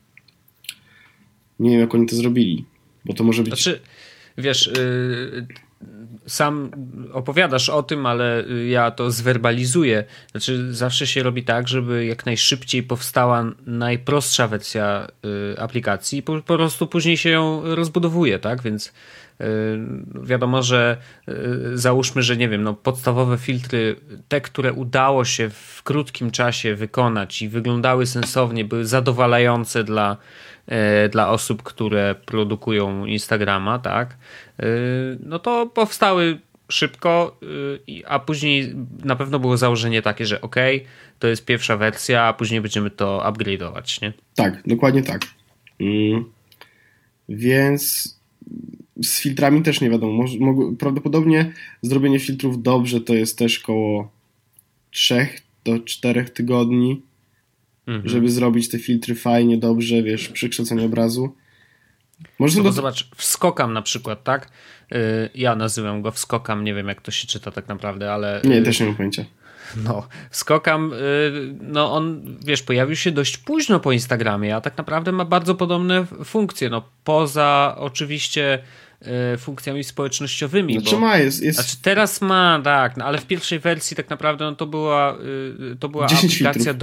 jak oni to zrobili, bo to może być... Znaczy, wiesz, sam opowiadasz o tym, ale ja to zwerbalizuję. Znaczy, zawsze się robi tak, żeby jak najszybciej powstała najprostsza wersja aplikacji, po prostu później się ją rozbudowuje, tak? Więc wiadomo, że załóżmy, że nie wiem, no podstawowe filtry, te, które udało się w krótkim czasie wykonać i wyglądały sensownie, były zadowalające dla osób, które produkują Instagrama, tak, no to powstały szybko, a później na pewno było założenie takie, że to jest pierwsza wersja, a później będziemy to upgrade'ować, nie? Tak, dokładnie tak. Więc z filtrami też nie wiadomo. Prawdopodobnie zrobienie filtrów dobrze to jest też koło 3 do 4 tygodni, żeby zrobić te filtry fajnie, dobrze, wiesz, przy kształceniu obrazu. Bo zobacz, wskokam na przykład, tak? Ja nazywam go wskokam, nie wiem jak to się czyta tak naprawdę, ale... Nie, też nie mam pojęcia. No, wskokam, no on, wiesz, pojawił się dość późno po Instagramie, a tak naprawdę ma bardzo podobne funkcje, no poza oczywiście funkcjami społecznościowymi. Znaczy ma, Znaczy teraz ma, tak, no, ale w pierwszej wersji tak naprawdę no, to była aplikacja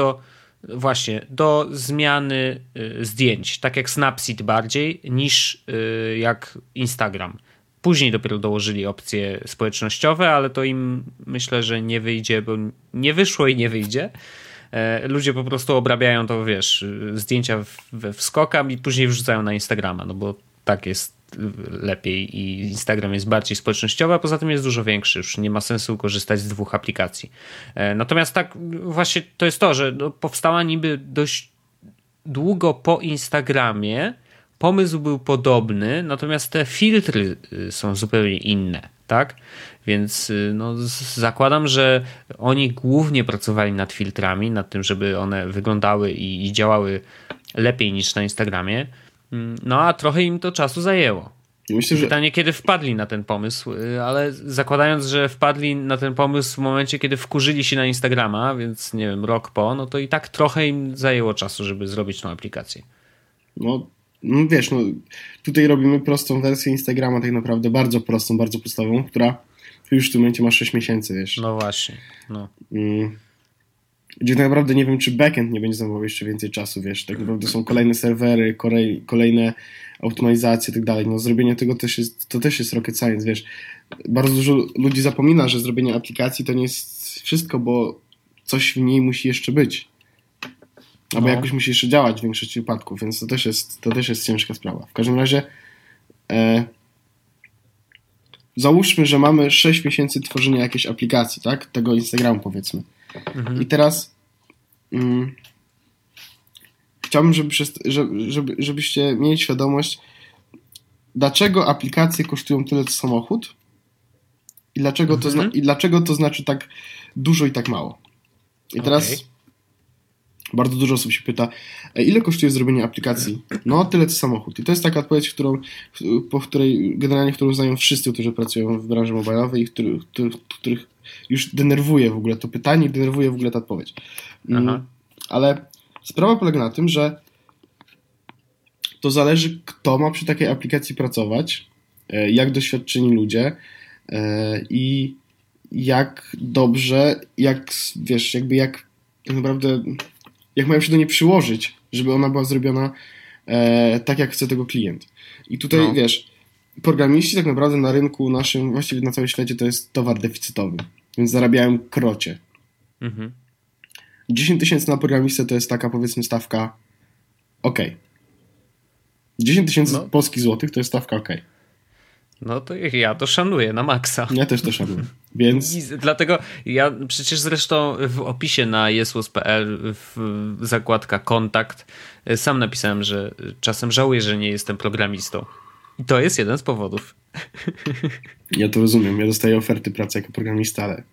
do zmiany zdjęć, tak jak Snapseed bardziej niż jak Instagram. Później dopiero dołożyli opcje społecznościowe, ale to im myślę, że nie wyjdzie, bo nie wyszło i nie wyjdzie. Ludzie po prostu obrabiają to, wiesz, zdjęcia we wskokam i później wrzucają na Instagrama, no bo tak jest lepiej i Instagram jest bardziej społecznościowy, a poza tym jest dużo większy, już nie ma sensu korzystać z 2 aplikacji. Natomiast tak właśnie to jest to, że powstała niby dość długo po Instagramie, pomysł był podobny, natomiast te filtry są zupełnie inne, tak? Więc no, zakładam, że oni głównie pracowali nad filtrami, nad tym, żeby one wyglądały i działały lepiej niż na Instagramie. No a trochę im to czasu zajęło. Myślę, że... Pytanie, kiedy wpadli na ten pomysł, ale zakładając, że wpadli na ten pomysł w momencie, kiedy wkurzyli się na Instagrama, więc nie wiem, rok po, no to i tak trochę im zajęło czasu, żeby zrobić tą aplikację. No wiesz, tutaj robimy prostą wersję Instagrama, tak naprawdę bardzo prostą, bardzo podstawową, która już w tym momencie ma 6 miesięcy, wiesz. No właśnie, no. Gdzie tak naprawdę nie wiem, czy backend nie będzie zajmował jeszcze więcej czasu, wiesz, tak naprawdę są kolejne serwery, kolejne optymalizacje i tak dalej, no zrobienie tego to też jest rocket science, wiesz. Bardzo dużo ludzi zapomina, że zrobienie aplikacji to nie jest wszystko, bo coś w niej musi jeszcze być. Albo jakoś musi jeszcze działać w większości wypadków, więc to też jest ciężka sprawa. W każdym razie załóżmy, że mamy 6 miesięcy tworzenia jakiejś aplikacji, tak? Tego Instagramu powiedzmy. I teraz chciałbym, żebyście mieli świadomość, dlaczego aplikacje kosztują tyle co samochód i dlaczego to znaczy tak dużo i tak mało. I teraz bardzo dużo osób się pyta, ile kosztuje zrobienie aplikacji? No, tyle co samochód. I to jest taka odpowiedź, którą znają wszyscy, którzy pracują w branży mobilowej i których już denerwuje w ogóle to pytanie i denerwuje w ogóle ta odpowiedź. Ale sprawa polega na tym, że to zależy, kto ma przy takiej aplikacji pracować, jak doświadczeni ludzie i jak dobrze, jak tak naprawdę jak mają się do niej przyłożyć, żeby ona była zrobiona tak, jak chce tego klient. I tutaj, wiesz, programiści tak naprawdę na rynku naszym, właściwie na całym świecie, to jest towar deficytowy, więc zarabiają krocie. 10 000 na programistę to jest taka, powiedzmy, stawka okej. 10 000 polskich złotych to jest stawka okej. No to ja to szanuję na maksa. Ja też to szanuję. Więc... Dlatego ja przecież zresztą w opisie na jesłos.pl w zakładka kontakt sam napisałem, że czasem żałuję, że nie jestem programistą. I to jest jeden z powodów. Ja to rozumiem. Ja dostaję oferty pracy jako programista, ale...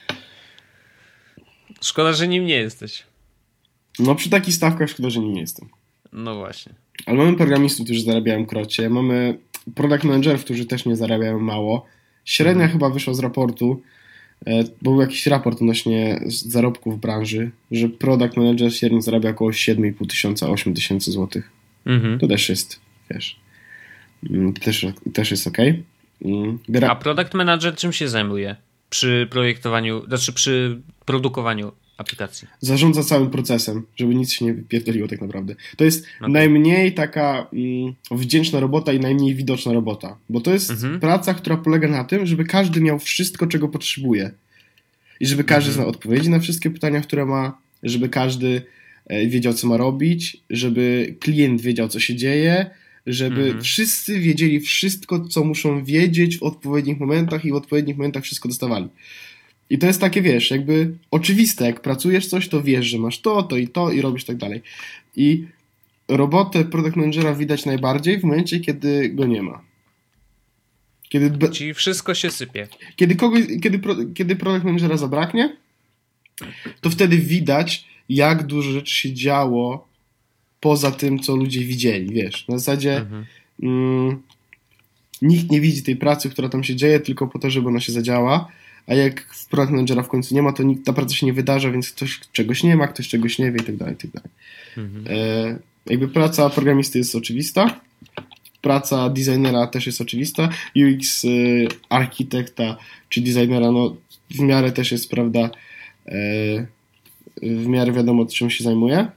Szkoda, że nim nie jesteś. No przy takich stawkach szkoda, że nim nie jestem. No właśnie. Ale mamy programistów, którzy zarabiają krocie. Mamy product managerów, którzy też nie zarabiają mało. Średnia chyba wyszła z raportu bo był jakiś raport odnośnie zarobków w branży, że product manager średnio zarabia około 7,5 tysiąca, 8 tysięcy złotych. To też jest, wiesz, też jest okej. A product manager czym się zajmuje przy projektowaniu, znaczy przy produkowaniu aplikacji? Zarządza całym procesem, żeby nic się nie wypierdoliło tak naprawdę. To jest najmniej taka wdzięczna robota i najmniej widoczna robota, bo to jest praca, która polega na tym, żeby każdy miał wszystko, czego potrzebuje i żeby każdy znał odpowiedzi na wszystkie pytania, które ma, żeby każdy wiedział, co ma robić, żeby klient wiedział, co się dzieje, żeby wszyscy wiedzieli wszystko, co muszą wiedzieć w odpowiednich momentach i w odpowiednich momentach wszystko dostawali. I to jest takie, wiesz, jakby oczywiste, jak pracujesz coś, to wiesz, że masz to i robisz tak dalej. I robotę product managera widać najbardziej w momencie, kiedy go nie ma. Czyli wszystko się sypie. Kiedy product managera zabraknie, to wtedy widać, jak dużo rzeczy się działo poza tym, co ludzie widzieli, wiesz. Na zasadzie nikt nie widzi tej pracy, która tam się dzieje, tylko po to, żeby ona się zadziała, a jak w product managera w końcu nie ma, to ta praca się nie wydarza, więc ktoś czegoś nie ma, ktoś czegoś nie wie i tak dalej, i tak dalej. Jakby praca programisty jest oczywista, praca designera też jest oczywista, UX architekta czy designera, no w miarę też jest, prawda, w miarę wiadomo, czym się zajmuje.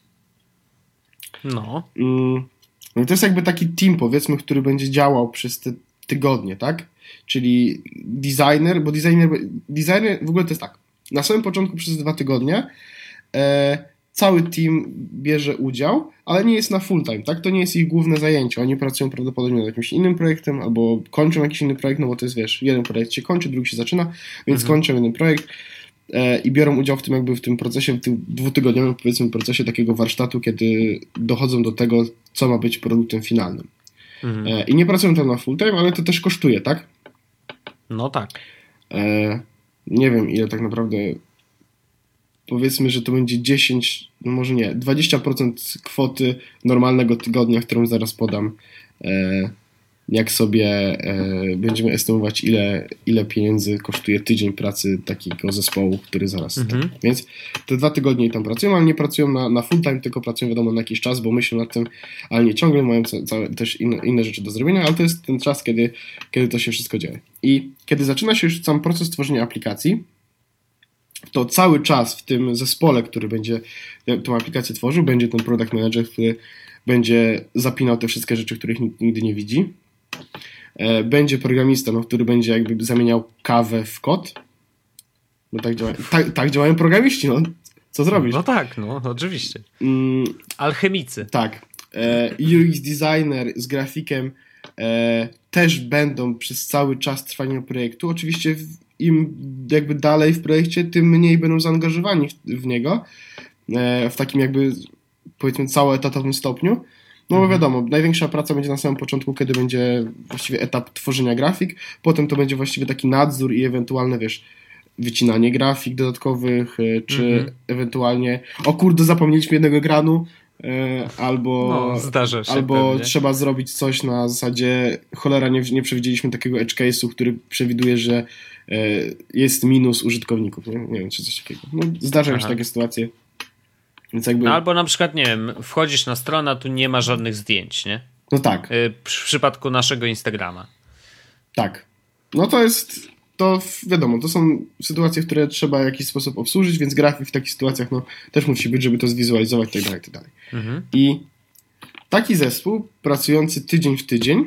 No to jest jakby taki team, powiedzmy, który będzie działał przez te tygodnie, tak? Czyli designer, bo designer w ogóle to jest tak. Na samym początku przez 2 tygodnie cały team bierze udział, ale nie jest na full time, tak? To nie jest ich główne zajęcie. Oni pracują prawdopodobnie nad jakimś innym projektem albo kończą jakiś inny projekt, no bo to jest, wiesz, jeden projekt się kończy, drugi się zaczyna, więc kończą jeden projekt i biorą udział w tym jakby w tym procesie, w tym 2-tygodniowym, powiedzmy, procesie takiego warsztatu, kiedy dochodzą do tego, co ma być produktem finalnym. I nie pracują tam na full time, ale to też kosztuje, tak? No tak. Nie wiem, ile tak naprawdę, powiedzmy, że to będzie 10, no może nie, 20% kwoty normalnego tygodnia, którą zaraz podam, jak sobie będziemy estymować, ile pieniędzy kosztuje tydzień pracy takiego zespołu, który zaraz Więc te 2 tygodnie tam pracują, ale nie pracują na full time, tylko pracują, wiadomo, na jakiś czas, bo myślą nad tym, ale nie ciągle, mają też inne rzeczy do zrobienia, ale to jest ten czas, kiedy to się wszystko dzieje. I kiedy zaczyna się już sam proces tworzenia aplikacji, to cały czas w tym zespole, który będzie tę aplikację tworzył, będzie ten product manager, który będzie zapinał te wszystkie rzeczy, których nikt nigdy nie widzi. Będzie programista, który będzie jakby zamieniał kawę w kod. Bo tak działają programiści, no. Co zrobisz? No tak, no oczywiście. Alchemicy. Tak. UX designer z grafikiem też będą przez cały czas trwania projektu. Oczywiście im jakby dalej w projekcie, tym mniej będą zaangażowani w niego. W takim jakby, powiedzmy, całoetatowym stopniu. No bo wiadomo, największa praca będzie na samym początku, kiedy będzie właściwie etap tworzenia grafik, potem to będzie właściwie taki nadzór i ewentualne, wiesz, wycinanie grafik dodatkowych, czy ewentualnie, o kurde, zapomnieliśmy jednego ekranu, albo, zdarza się albo pewnie. Trzeba zrobić coś na zasadzie, cholera, nie przewidzieliśmy takiego edge case'u, który przewiduje, że jest minus użytkowników, nie wiem, czy coś takiego. No, zdarzają się takie sytuacje. Więc jakby... No albo na przykład, nie wiem, wchodzisz na stronę, a tu nie ma żadnych zdjęć, nie? No tak. W przypadku naszego Instagrama. Tak. No to wiadomo, to są sytuacje, które trzeba w jakiś sposób obsłużyć, więc grafik w takich sytuacjach też musi być, żeby to zwizualizować i tak dalej. I taki zespół pracujący tydzień w tydzień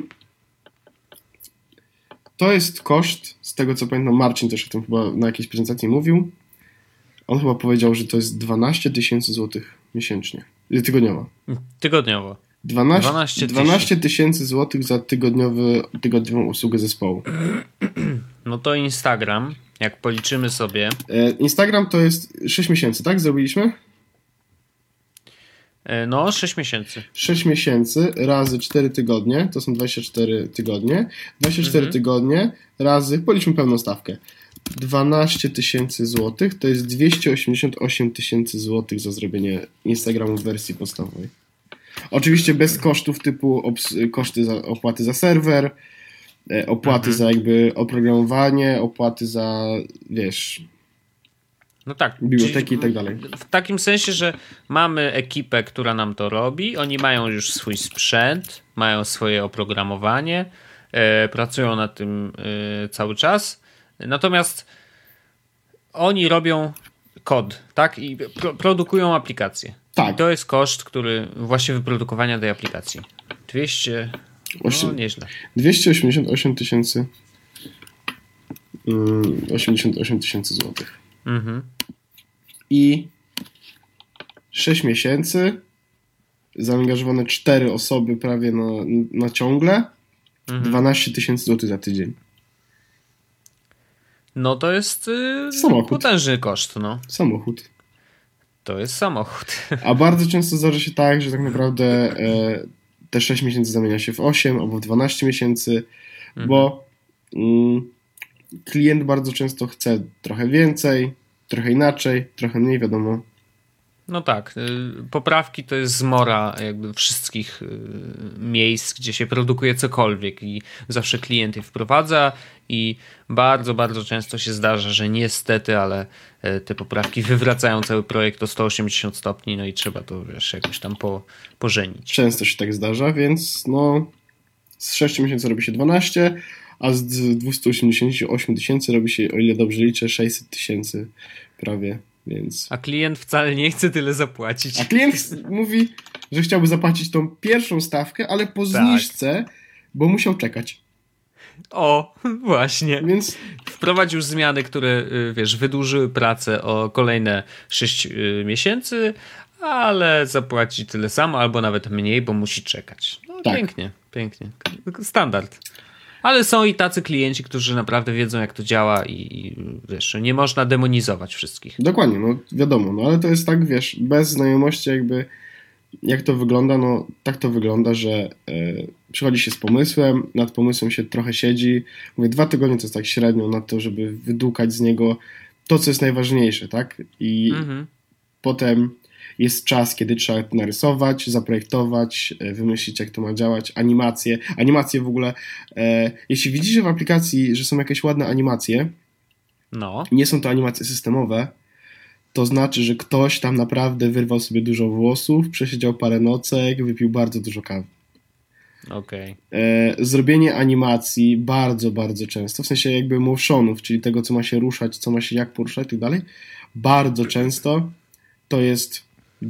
to jest koszt, z tego co pamiętam, Marcin też o tym chyba na jakiejś prezentacji mówił. On chyba powiedział, że to jest 12 tysięcy złotych miesięcznie. Tygodniowo. Tygodniowo. 12 tysięcy złotych za tygodniową usługę zespołu. No to Instagram, jak policzymy sobie... Instagram to jest 6 miesięcy, tak? Zrobiliśmy? No, 6 miesięcy. 6 miesięcy razy 4 tygodnie, to są 24 tygodnie. 24 tygodnie razy, policzmy pełną stawkę. 12 tysięcy złotych to jest 288 tysięcy złotych za zrobienie Instagramu w wersji podstawowej. Oczywiście bez kosztów typu koszty opłaty za serwer, opłaty za jakby oprogramowanie, opłaty za, wiesz, no tak, biblioteki i tak dalej. W takim sensie, że mamy ekipę, która nam to robi, oni mają już swój sprzęt, mają swoje oprogramowanie, pracują nad tym cały czas, natomiast oni robią kod, tak? I produkują aplikację. Tak. I to jest koszt, który właśnie wyprodukowania tej aplikacji. 200, no nieźle. 288 tysięcy 88 tysięcy złotych. Mhm. I 6 miesięcy, zaangażowane 4 osoby prawie na ciągle, 12 tysięcy złotych za tydzień. No to jest potężny koszt. No. Samochód. To jest samochód. A bardzo często zdarza się tak, że tak naprawdę te 6 miesięcy zamienia się w 8 albo w 12 miesięcy, bo klient bardzo często chce trochę więcej, trochę inaczej, trochę mniej, wiadomo. No tak, poprawki to jest zmora jakby wszystkich miejsc, gdzie się produkuje cokolwiek i zawsze klient je wprowadza i bardzo, bardzo często się zdarza, że niestety, ale te poprawki wywracają cały projekt o 180 stopni, no i trzeba to, wiesz, jakoś tam pożenić. Często się tak zdarza, więc no z 6 miesięcy robi się 12, a z 288 tysięcy robi się, o ile dobrze liczę, 600 tysięcy prawie. Więc... A klient wcale nie chce tyle zapłacić. A klient mówi, że chciałby zapłacić tą pierwszą stawkę, ale po zniżce, bo musiał czekać. O, właśnie. Więc wprowadź już zmiany, które, wiesz, wydłużyły pracę o kolejne 6 miesięcy, ale zapłaci tyle samo, albo nawet mniej, bo musi czekać. No tak. Pięknie, pięknie. Standard. Ale są i tacy klienci, którzy naprawdę wiedzą, jak to działa i wiesz, nie można demonizować wszystkich. Dokładnie, no wiadomo, no ale to jest tak, wiesz, bez znajomości jakby jak to wygląda, no tak to wygląda, że przychodzi się z pomysłem, nad pomysłem się trochę siedzi, mówię 2 tygodnie to jest tak średnio na to, żeby wydłukać z niego to, co jest najważniejsze, tak? I potem jest czas, kiedy trzeba narysować, zaprojektować, wymyślić, jak to ma działać, animacje w ogóle. Jeśli widzicie w aplikacji, że są jakieś ładne animacje, nie są to animacje systemowe, to znaczy, że ktoś tam naprawdę wyrwał sobie dużo włosów, przesiedział parę nocek, wypił bardzo dużo kawy. Okay. Zrobienie animacji bardzo, bardzo często, w sensie jakby motionów, czyli tego, co ma się ruszać, co ma się jak poruszać i tak dalej, bardzo często to jest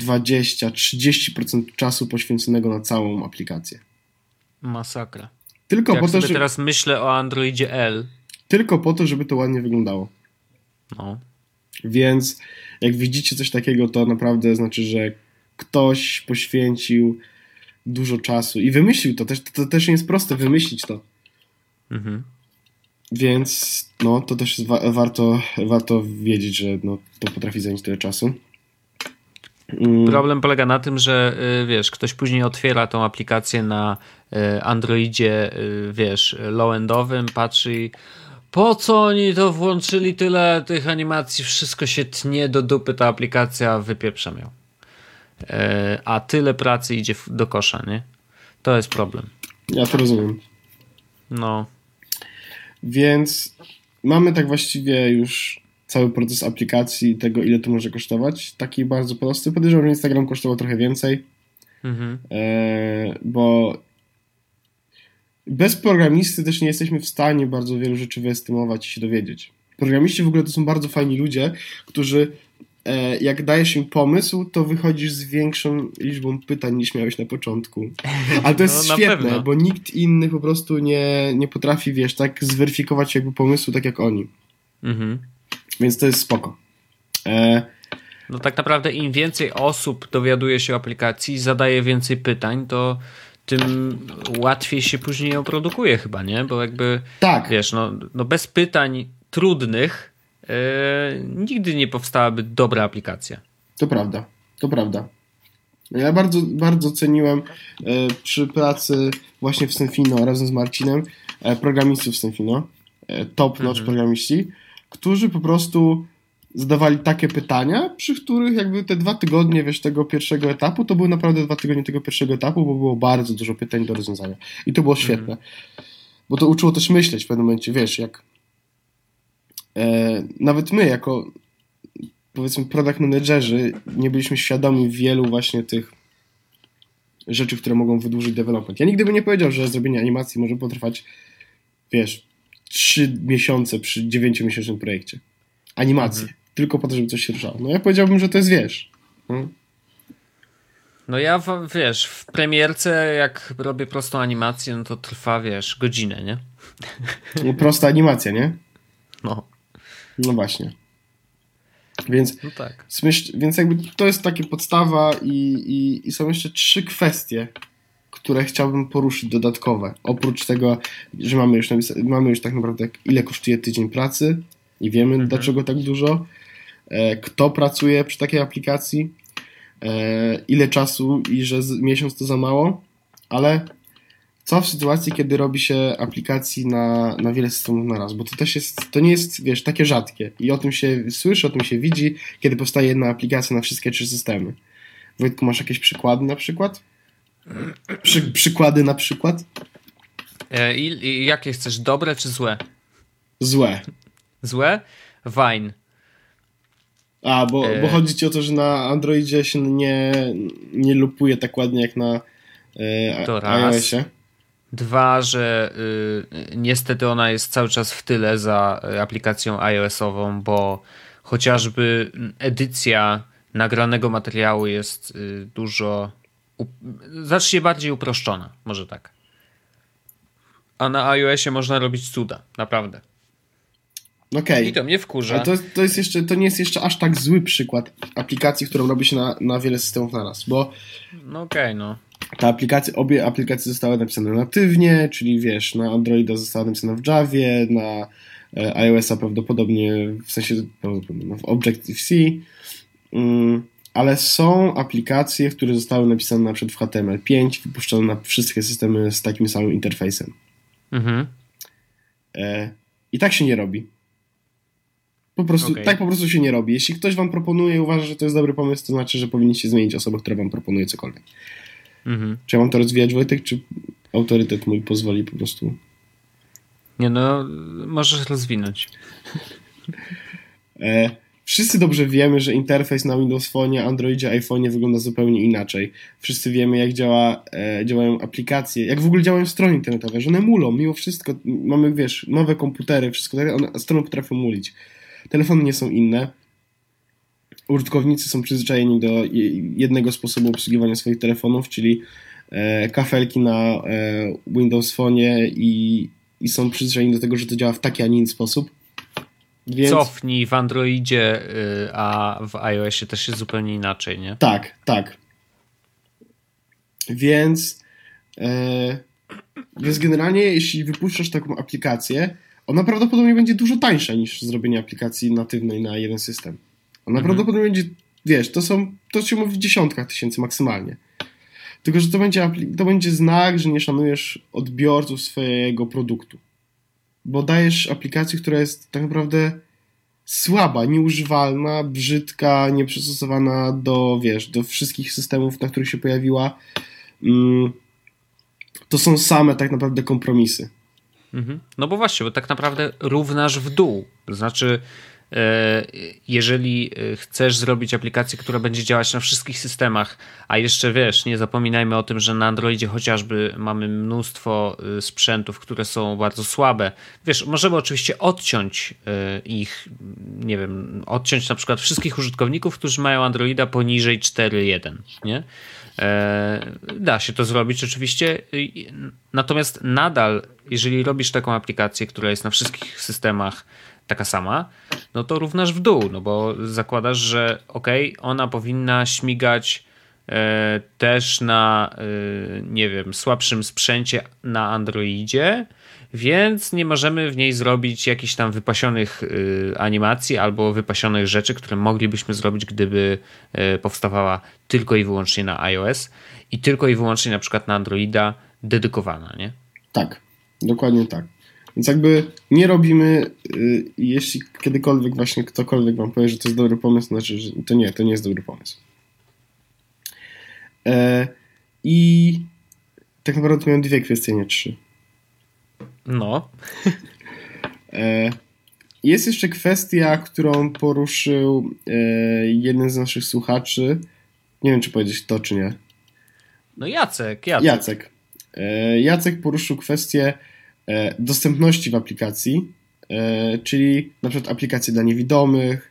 20-30% czasu poświęconego na całą aplikację. Masakra. Tylko jak po to, sobie teraz myślę o Androidzie L. Tylko po to, żeby to ładnie wyglądało. No. Więc jak widzicie coś takiego, to naprawdę znaczy, że ktoś poświęcił dużo czasu i wymyślił to. To też nie jest proste wymyślić to. Więc no, to też jest warto wiedzieć, że no, to potrafi zająć tyle czasu. Problem polega na tym, że wiesz, ktoś później otwiera tą aplikację na Androidzie, wiesz, low-endowym, patrzy i po co oni to włączyli tyle tych animacji, wszystko się tnie do dupy, ta aplikacja wypieprza ją. A tyle pracy idzie do kosza, nie? To jest problem. Ja to rozumiem. No. Więc mamy tak właściwie już cały proces aplikacji, tego ile to może kosztować. Taki bardzo prosty. Podejrzewam, że Instagram kosztował trochę więcej, bo bez programisty też nie jesteśmy w stanie bardzo wielu rzeczy wyestymować i się dowiedzieć. Programiści w ogóle to są bardzo fajni ludzie, którzy jak dajesz im pomysł, to wychodzisz z większą liczbą pytań niż miałeś na początku. Ale to jest świetne, bo nikt inny po prostu nie potrafi, wiesz, tak zweryfikować jakby pomysłu tak jak oni. Więc to jest spoko. No tak naprawdę im więcej osób dowiaduje się o aplikacji, zadaje więcej pytań, to tym łatwiej się później ją produkuje chyba, nie? Bo jakby, wiesz, no bez pytań trudnych nigdy nie powstałaby dobra aplikacja. To prawda. Ja bardzo, bardzo ceniłem przy pracy właśnie w Senfino razem z Marcinem programistów Senfino, top notch programiści, którzy po prostu zadawali takie pytania, przy których jakby te 2 tygodnie, wiesz, tego pierwszego etapu, to były naprawdę 2 tygodnie tego pierwszego etapu, bo było bardzo dużo pytań do rozwiązania. I to było świetne. bo to uczyło też myśleć w pewnym momencie, wiesz, jak nawet my jako powiedzmy product managerzy nie byliśmy świadomi wielu właśnie tych rzeczy, które mogą wydłużyć development. Ja nigdy bym nie powiedział, że zrobienie animacji może potrwać, wiesz, 3 miesiące przy 9-miesięcznym projekcie. Animację. Tylko po to, żeby coś się ruszało. No ja powiedziałbym, że to jest, wiesz. No ja, wiesz, w premierce jak robię prostą animację, no to trwa, wiesz, godzinę, nie? No, prosta animacja, nie? No. No właśnie. Więc, no tak. Więc jakby to jest takie podstawa i są jeszcze 3 kwestie, które chciałbym poruszyć dodatkowe. Oprócz tego, że mamy już tak naprawdę ile kosztuje tydzień pracy i wiemy dlaczego tak dużo, kto pracuje przy takiej aplikacji, ile czasu i że miesiąc to za mało, ale co w sytuacji, kiedy robi się aplikacji na wiele systemów na raz, bo to nie jest, wiesz, takie rzadkie i o tym się słyszy, o tym się widzi, kiedy powstaje jedna aplikacja na wszystkie 3 systemy. Wojtku, masz jakieś przykłady na przykład? Przykłady na przykład? I jakie chcesz, dobre czy złe? Złe. Złe? Vine. Bo chodzi ci o to, że na Androidzie się nie lupuje tak ładnie jak na iOSie. 2, że niestety ona jest cały czas w tyle za aplikacją iOS-ową, bo chociażby edycja nagranego materiału jest dużo znacznie bardziej uproszczona, może tak. A na iOSie można robić cuda, naprawdę. Okej. I to mnie wkurza. Ale to nie jest jeszcze aż tak zły przykład aplikacji, którą robi się na wiele systemów naraz, bo no okej, no. Obie aplikacje zostały napisane natywnie, czyli wiesz, na Androida została napisana w Javie, na iOS-a prawdopodobnie, w sensie w Objective-C, ale są aplikacje, które zostały napisane na przykład w HTML5, wypuszczone na wszystkie systemy z takim samym interfejsem. I tak się nie robi. Tak po prostu się nie robi. Jeśli ktoś wam proponuje i uważa, że to jest dobry pomysł, to znaczy, że powinniście zmienić osobę, która wam proponuje cokolwiek. Czy ja mam to rozwijać, Wojtek, czy autorytet mój pozwoli po prostu? Nie no, możesz rozwinąć. Wszyscy dobrze wiemy, że interfejs na Windows Phone, Androidzie, iPhone'ie wygląda zupełnie inaczej. Wszyscy wiemy, jak działają aplikacje, jak w ogóle działają strony internetowe, że one mulą, mimo wszystko. Mamy, wiesz, nowe komputery, wszystko tak, one strony potrafią mulić. Telefony nie są inne. Użytkownicy są przyzwyczajeni do jednego sposobu obsługiwania swoich telefonów, czyli kafelki na Windows Phone i są przyzwyczajeni do tego, że to działa w taki, a nie inny sposób. Więc... Cofnij w Androidzie, a w iOSie też jest zupełnie inaczej, nie? Tak. Więc generalnie, jeśli wypuszczasz taką aplikację, ona prawdopodobnie będzie dużo tańsza niż zrobienie aplikacji natywnej na jeden system. Ona prawdopodobnie będzie, wiesz, to się mówi w dziesiątkach tysięcy maksymalnie. Tylko, że to będzie znak, że nie szanujesz odbiorców swojego produktu. Bo dajesz aplikację, która jest tak naprawdę słaba, nieużywalna, brzydka, nieprzystosowana do wszystkich systemów, na których się pojawiła. To są same tak naprawdę kompromisy. No bo właśnie, bo tak naprawdę równasz w dół. To znaczy, jeżeli chcesz zrobić aplikację, która będzie działać na wszystkich systemach, a jeszcze wiesz, nie zapominajmy o tym, że na Androidzie chociażby mamy mnóstwo sprzętów, które są bardzo słabe. Wiesz, możemy oczywiście odciąć ich, nie wiem, odciąć na przykład wszystkich użytkowników, którzy mają Androida poniżej 4.1, nie? Da się to zrobić oczywiście, natomiast nadal, jeżeli robisz taką aplikację, która jest na wszystkich systemach taka sama, no to równasz w dół, no bo zakładasz, że ona powinna śmigać też na, nie wiem, słabszym sprzęcie na Androidzie, więc nie możemy w niej zrobić jakichś tam wypasionych animacji albo wypasionych rzeczy, które moglibyśmy zrobić, gdyby powstawała tylko i wyłącznie na iOS i tylko i wyłącznie na przykład na Androida dedykowana, nie? Tak, dokładnie tak. Więc jakby nie robimy, jeśli kiedykolwiek właśnie ktokolwiek wam powie, że to jest dobry pomysł, to znaczy, że to nie jest dobry pomysł. I tak naprawdę miałem 2 kwestie, nie 3. No. Jest jeszcze kwestia, którą poruszył jeden z naszych słuchaczy. Nie wiem, czy powiedzieć to, czy nie. No Jacek. Jacek poruszył kwestię dostępności w aplikacji, czyli na przykład aplikacje dla niewidomych,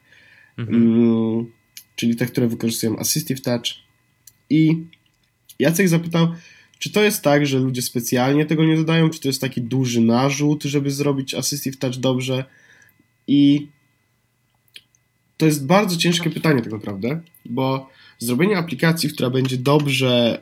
czyli te, które wykorzystują Assistive Touch. I Jacek zapytał, czy to jest tak, że ludzie specjalnie tego nie dodają, czy to jest taki duży narzut, żeby zrobić Assistive Touch dobrze. I to jest bardzo ciężkie pytanie tak naprawdę, bo zrobienie aplikacji, która będzie dobrze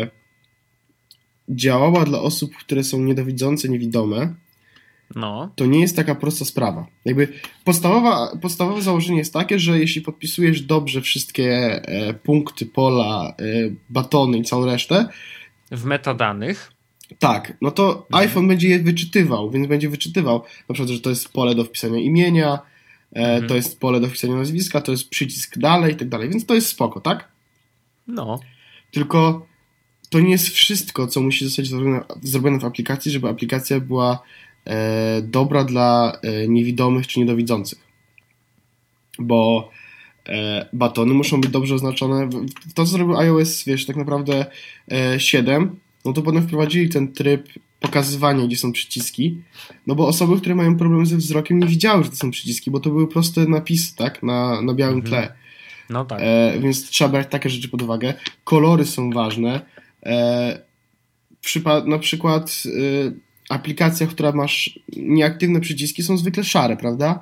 działała dla osób, które są niedowidzące, niewidome, to nie jest taka prosta sprawa. Jakby podstawowe założenie jest takie, że jeśli podpisujesz dobrze wszystkie punkty, pola, batony i całą resztę w metadanych, tak, no to iPhone będzie je wyczytywał, więc będzie wyczytywał na przykład, że to jest pole do wpisania imienia, to jest pole do wpisania nazwiska, to jest przycisk dalej i tak dalej, więc to jest spoko, tak? No. Tylko to nie jest wszystko, co musi zostać zrobione w aplikacji, żeby aplikacja była dobra dla niewidomych czy niedowidzących. Bo batony muszą być dobrze oznaczone. To, co zrobił iOS, wiesz, tak naprawdę 7, no to potem wprowadzili ten tryb pokazywania, gdzie są przyciski, no bo osoby, które mają problem ze wzrokiem, nie widziały, że to są przyciski, bo to były proste napisy, tak, na białym tle. No tak. Więc trzeba brać takie rzeczy pod uwagę. Kolory są ważne. Na przykład aplikacja, w której masz nieaktywne przyciski, są zwykle szare, prawda?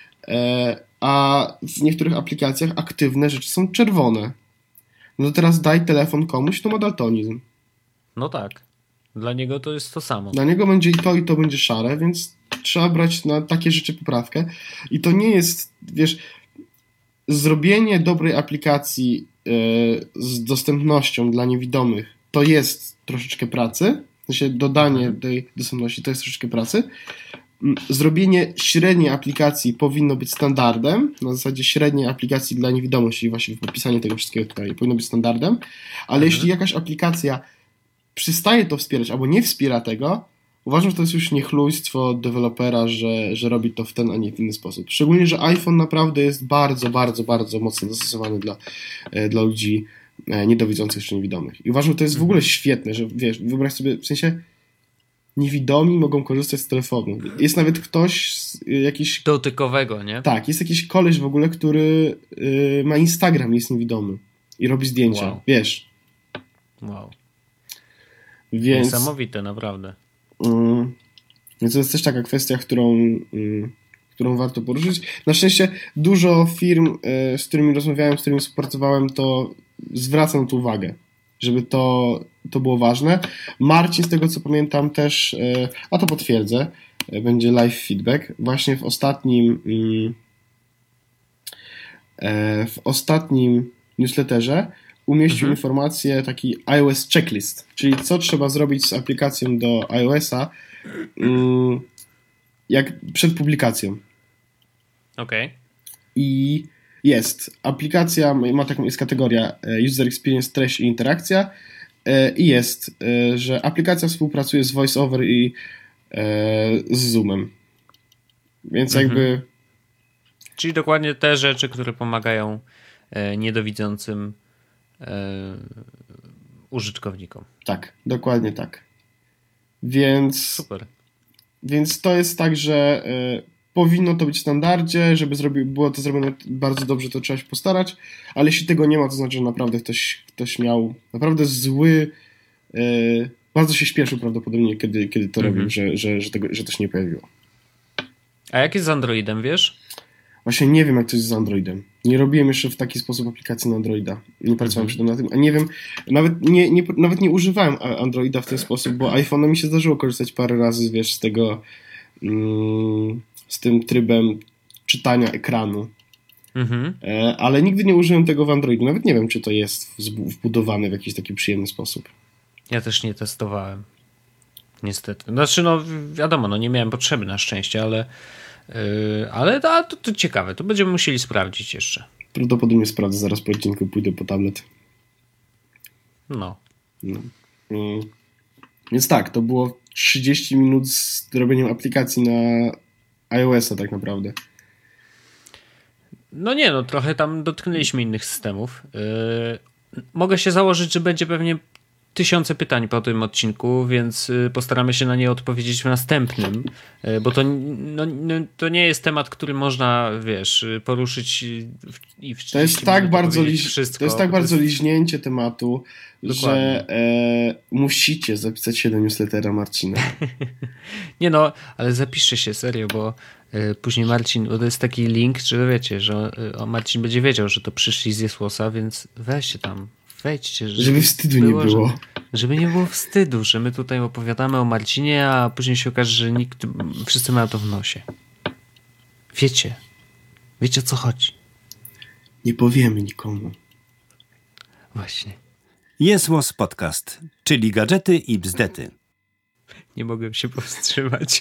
A w niektórych aplikacjach aktywne rzeczy są czerwone. No to teraz daj telefon komuś, to ma daltonizm. No tak. Dla niego to jest to samo. Dla niego będzie i to będzie szare, więc trzeba brać na takie rzeczy poprawkę. I to nie jest, wiesz, zrobienie dobrej aplikacji z dostępnością dla niewidomych to jest troszeczkę pracy. W sensie dodanie tej dostępności to jest troszeczkę pracy. Zrobienie średniej aplikacji powinno być standardem. Na zasadzie średniej aplikacji dla niewidomych, czyli właśnie podpisanie tego wszystkiego tutaj powinno być standardem. Ale jeśli jakaś aplikacja przestaje to wspierać albo nie wspiera tego, uważam, że to jest już niechlujstwo dewelopera, że robi to w ten, a nie w inny sposób. Szczególnie, że iPhone naprawdę jest bardzo, bardzo, bardzo mocno dostosowany dla ludzi niedowidzących czy niewidomych. I uważam, że to jest w ogóle świetne, że wiesz, wyobraź sobie, w sensie niewidomi mogą korzystać z telefonu. Jest nawet ktoś jakiś... dotykowego, nie? Tak, jest jakiś koleś w ogóle, który ma Instagram, jest niewidomy i robi zdjęcia. Wow. Wiesz. Wow. Więc, niesamowite, naprawdę. Więc to jest też taka kwestia, którą warto poruszyć. Na szczęście dużo firm, z którymi rozmawiałem, z którymi współpracowałem, to zwraca na to uwagę, żeby to było ważne. Marcin, z tego co pamiętam też, a to potwierdzę, będzie live feedback. Właśnie w ostatnim newsletterze umieścił informację, taki iOS checklist, czyli co trzeba zrobić z aplikacją do iOS-a jak przed publikacją. Okej. I jest. Aplikacja jest kategoria User Experience, treść i interakcja i jest, że aplikacja współpracuje z VoiceOver i z Zoomem. Więc jakby... Czyli dokładnie te rzeczy, które pomagają niedowidzącym użytkownikom. Tak, dokładnie tak. Więc... Super. Więc to jest tak, że powinno to być w standardzie, żeby było to zrobione bardzo dobrze, to trzeba się postarać, ale jeśli tego nie ma, to znaczy, że naprawdę ktoś miał naprawdę zły, bardzo się śpieszył prawdopodobnie, kiedy to robił, że to się nie pojawiło. A jak jest z Androidem, wiesz? Właśnie nie wiem, jak to jest z Androidem. Nie robiłem jeszcze w taki sposób aplikacji na Androida. Nie pracowałem przy tym na tym, a nie wiem, nawet nie używałem Androida w ten sposób, bo iPhone'em mi się zdarzyło korzystać parę razy, wiesz, z tego z tym trybem czytania ekranu. Ale nigdy nie użyłem tego w Androidzie. Nawet nie wiem, czy to jest wbudowane w jakiś taki przyjemny sposób. Ja też nie testowałem. Niestety. Znaczy, no wiadomo, no nie miałem potrzeby na szczęście, ale to ciekawe. To będziemy musieli sprawdzić jeszcze. Prawdopodobnie sprawdzę zaraz po odcinku, pójdę po tablet. No. Więc tak, to było 30 minut z robieniem aplikacji na iOS-a tak naprawdę. No nie, no trochę tam dotknęliśmy innych systemów. Mogę się założyć, że będzie pewnie tysiące pytań po tym odcinku, więc postaramy się na nie odpowiedzieć w następnym, bo to nie jest temat, który można, wiesz, poruszyć i w to jest tak bardzo wszystko. To jest tak bardzo liźnięcie tematu, dokładnie, że musicie zapisać się do newslettera Marcina. Nie no, ale zapiszcie się serio, bo później Marcin, bo to jest taki link, że wiecie, że Marcin będzie wiedział, że to przyszli z Jesłosa, więc weźcie tam, wejdźcie. Żeby wstydu nie było. Żeby nie było wstydu, że my tutaj opowiadamy o Marcinie, a później się okaże, że wszyscy mają to w nosie. Wiecie o co chodzi. Nie powiemy nikomu. Właśnie. Jesłos Podcast, czyli gadżety i bzdety. Nie mogłem się powstrzymać.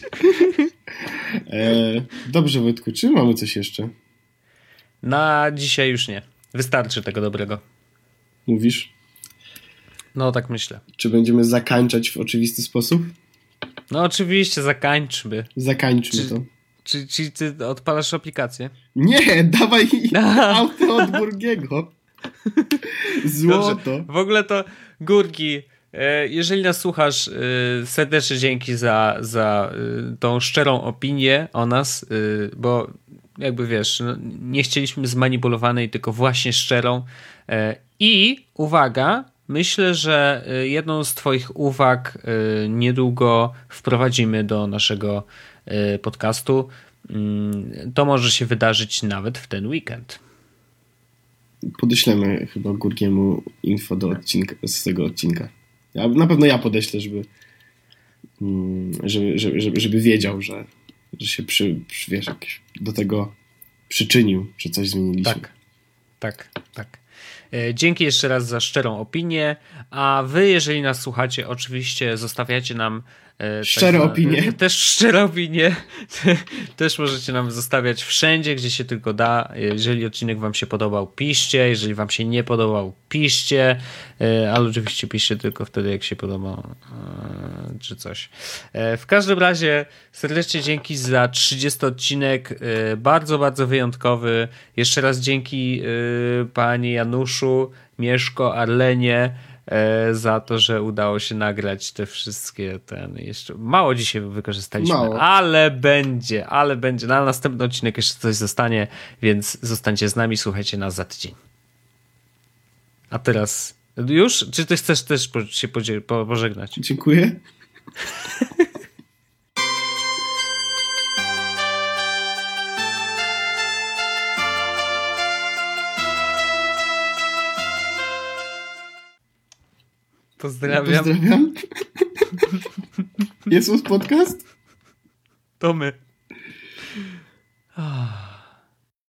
Dobrze, Wojtku, czy mamy coś jeszcze? Na dzisiaj już nie. Wystarczy tego dobrego. Mówisz? No, tak myślę. Czy będziemy zakańczać w oczywisty sposób? No oczywiście, zakańczmy. Zakańczmy to. Czy ty odpalasz aplikację? Nie, dawaj auto od Gurgiego. Złoto. Dobrze. W ogóle to Gurgi, jeżeli nas słuchasz, serdecznie dzięki za tą szczerą opinię o nas, bo jakby wiesz, no, nie chcieliśmy zmanipulowanej, tylko właśnie szczerą. I uwaga, myślę, że jedną z twoich uwag niedługo wprowadzimy do naszego podcastu. To może się wydarzyć nawet w ten weekend. Podeślemy chyba Gurgiemu info z tego odcinka. Na pewno ja podeślę, żeby wiedział, że się wiesz, do tego przyczynił, że coś zmieniliśmy. Tak. Dzięki jeszcze raz za szczerą opinię, a wy, jeżeli nas słuchacie, oczywiście zostawiacie nam szczere opinie. Też szczere opinie. Też możecie nam zostawiać wszędzie, gdzie się tylko da. Jeżeli odcinek wam się podobał, piszcie. Jeżeli wam się nie podobał, piszcie. Ale oczywiście piszcie tylko wtedy, jak się podoba czy coś. W każdym razie serdecznie dzięki za 30 odcinek. Bardzo, bardzo wyjątkowy. Jeszcze raz dzięki panie Januszu, Mieszko, Arlenie za to, że udało się nagrać te wszystkie jeszcze mało dzisiaj wykorzystaliśmy, ale będzie. Na następny odcinek jeszcze coś zostanie, więc zostańcie z nami, słuchajcie nas za tydzień. A teraz już? Czy ty chcesz też się pożegnać? Dziękuję. Pozdrawiam. Jesłos Podcast? To my.